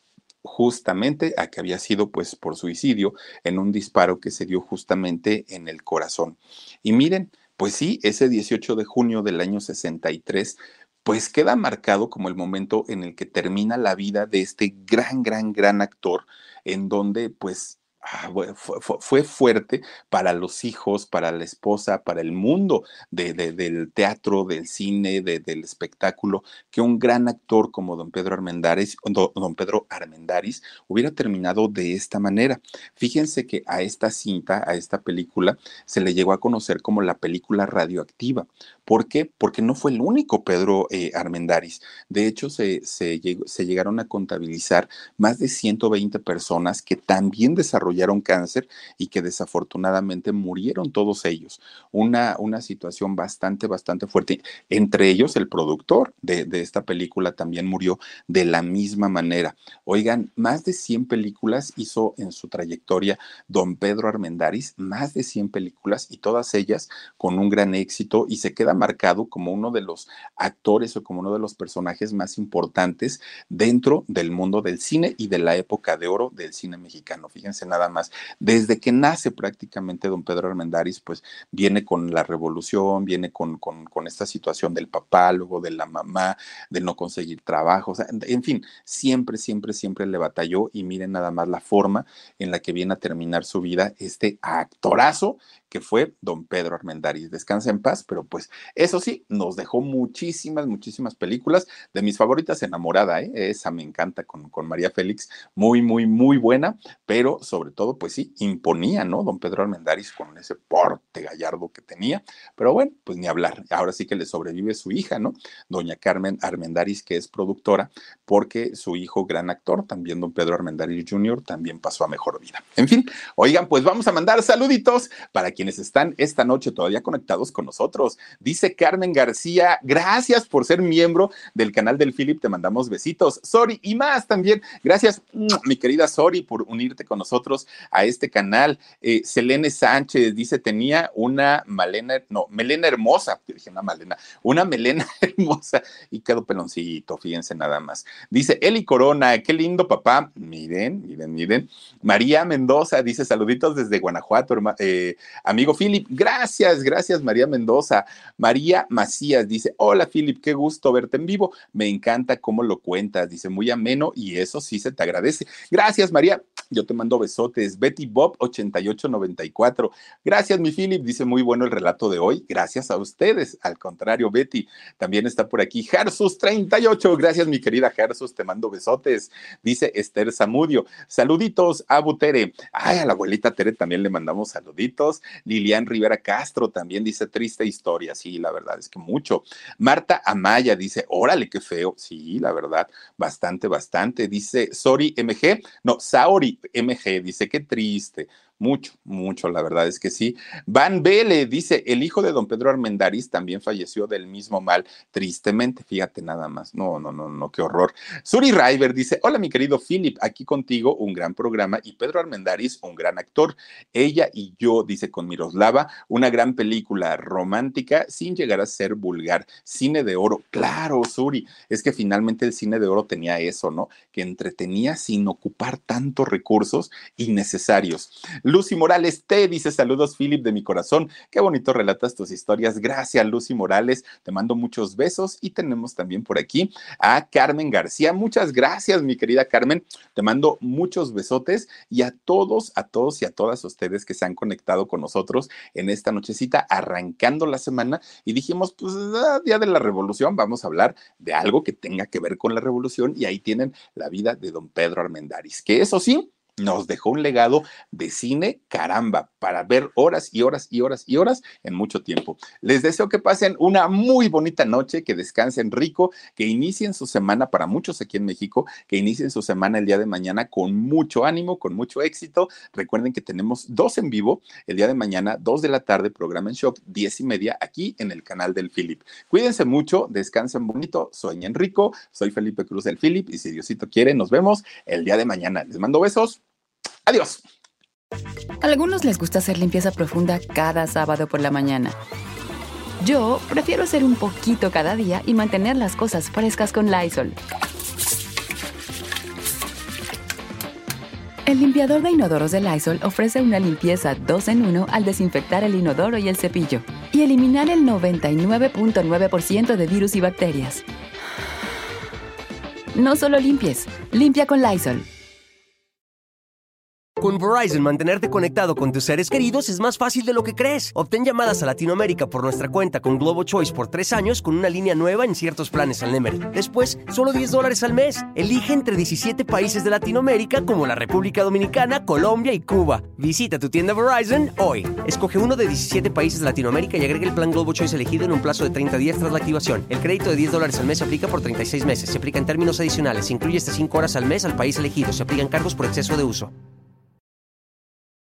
justamente a que había sido pues por suicidio en un disparo que se dio justamente en el corazón. Y miren, pues sí, ese dieciocho de junio del año sesenta y tres pues queda marcado como el momento en el que termina la vida de este gran, gran, gran actor, en donde pues ah, fue, fue, fue, fuerte para los hijos, para la esposa, para el mundo de, de, del teatro, del cine, de, del espectáculo, que un gran actor como don Pedro Armendáriz, don Pedro Armendáriz hubiera terminado de esta manera. Fíjense que a esta cinta, a esta película, se le llegó a conocer como la película radioactiva. ¿Por qué? Porque no fue el único Pedro eh, Armendáriz. De hecho, se, se, llegó, se llegaron a contabilizar más de ciento veinte personas que también desarrollaron cáncer y que desafortunadamente murieron todos ellos. Una, una situación bastante, bastante fuerte. Entre ellos, el productor de, de esta película también murió de la misma manera. Oigan, más de cien películas hizo en su trayectoria don Pedro Armendáriz, más de cien películas y todas ellas con un gran éxito y se queda marcado como uno de los actores o como uno de los personajes más importantes dentro del mundo del cine y de la época de oro del cine mexicano. Fíjense nada más, desde que nace prácticamente don Pedro Armendáriz, pues viene con la revolución, viene con, con, con esta situación del papá, luego de la mamá, de no conseguir trabajo, o sea, en fin, siempre, siempre, siempre le batalló y miren nada más la forma en la que viene a terminar su vida este actorazo que fue don Pedro Armendáriz. Descansa en paz, pero pues eso sí, nos dejó muchísimas, muchísimas películas. De mis favoritas, Enamorada, ¿eh? Esa me encanta con, con María Félix, muy, muy, muy buena, pero sobre todo, pues sí, imponía, ¿no? Don Pedro Armendáriz con ese porte gallardo que tenía, pero bueno, pues ni hablar. Ahora sí que le sobrevive su hija, ¿no? Doña Carmen Armendáriz, que es productora, porque su hijo, gran actor, también don Pedro Armendáriz junior, también pasó a mejor vida. En fin, oigan, pues vamos a mandar saluditos para que quienes están esta noche todavía conectados con nosotros. Dice Carmen García, gracias por ser miembro del canal del Philip, te mandamos besitos. Sori y más también, gracias mi querida Sori por unirte con nosotros a este canal. Eh, Selene Sánchez dice, tenía una melena, no, melena hermosa, te dije una melena, una melena hermosa y quedó peloncito, fíjense nada más. Dice Eli Corona, qué lindo papá, miren, miren, miren. María Mendoza dice, saluditos desde Guanajuato, herma, eh, amigo Philip, gracias, gracias María Mendoza. María Macías dice, hola Philip, qué gusto verte en vivo, me encanta cómo lo cuentas, dice, muy ameno y eso sí se te agradece. Gracias María, yo te mando besotes. Betty Bob ochenta y ocho noventa y cuatro, gracias mi Philip, dice, muy bueno el relato de hoy, gracias a ustedes, al contrario Betty, también está por aquí Gersus treinta y ocho, gracias mi querida Gersus, te mando besotes. Dice Esther Zamudio, saluditos a Butere, ay, a la abuelita Tere también le mandamos saluditos. Lilian Rivera Castro también dice, triste historia, sí, la verdad es que mucho. Marta Amaya dice, órale, qué feo, sí, la verdad, bastante, bastante. Dice Sori M G, no, Saori M G, dice, qué triste. Mucho, mucho, la verdad es que sí. Van Vele dice, el hijo de don Pedro Armendáriz también falleció del mismo mal, tristemente, fíjate nada más. No, no, no, no, qué horror. Suri River dice, hola mi querido Philip, aquí contigo un gran programa y Pedro Armendáriz un gran actor. Ella y yo, dice con Miroslava, una gran película romántica sin llegar a ser vulgar. Cine de oro, claro, Suri, es que finalmente el cine de oro tenía eso, ¿no? Que entretenía sin ocupar tantos recursos innecesarios. Lucy Morales te dice, saludos Philip de mi corazón, qué bonito relatas tus historias, gracias Lucy Morales, te mando muchos besos y tenemos también por aquí a Carmen García, muchas gracias mi querida Carmen, te mando muchos besotes y a todos, a todos y a todas ustedes que se han conectado con nosotros en esta nochecita arrancando la semana y dijimos, pues día de la revolución, vamos a hablar de algo que tenga que ver con la revolución y ahí tienen la vida de don Pedro Armendáriz, que eso sí, nos dejó un legado de cine, caramba, para ver horas y horas y horas y horas en mucho tiempo. Les deseo que pasen una muy bonita noche, que descansen rico, que inicien su semana, para muchos aquí en México, que inicien su semana el día de mañana con mucho ánimo, con mucho éxito. Recuerden que tenemos dos en vivo el día de mañana, dos de la tarde, programa en shock, diez y media, aquí en el canal del Philip. Cuídense mucho, descansen bonito, sueñen rico. Soy Felipe Cruz del Philip y si Diosito quiere, nos vemos el día de mañana. Les mando besos. Adiós. A algunos les gusta hacer limpieza profunda cada sábado por la mañana. Yo prefiero hacer un poquito cada día y mantener las cosas frescas con Lysol. El limpiador de inodoros de Lysol ofrece una limpieza dos en uno al desinfectar el inodoro y el cepillo y eliminar el noventa y nueve punto nueve por ciento de virus y bacterias. No solo limpies, limpia con Lysol. Con Verizon, mantenerte conectado con tus seres queridos es más fácil de lo que crees. Obtén llamadas a Latinoamérica por nuestra cuenta con Globo Choice por tres años con una línea nueva en ciertos planes al Nemery. Después, solo diez dólares al mes. Elige entre diecisiete países de Latinoamérica como la República Dominicana, Colombia y Cuba. Visita tu tienda Verizon hoy. Escoge uno de diecisiete países de Latinoamérica y agrega el plan Globo Choice elegido en un plazo de treinta días tras la activación. El crédito de diez dólares al mes se aplica por treinta y seis meses. Se aplica en términos adicionales. Se incluye hasta cinco horas al mes al país elegido. Se aplican cargos por exceso de uso.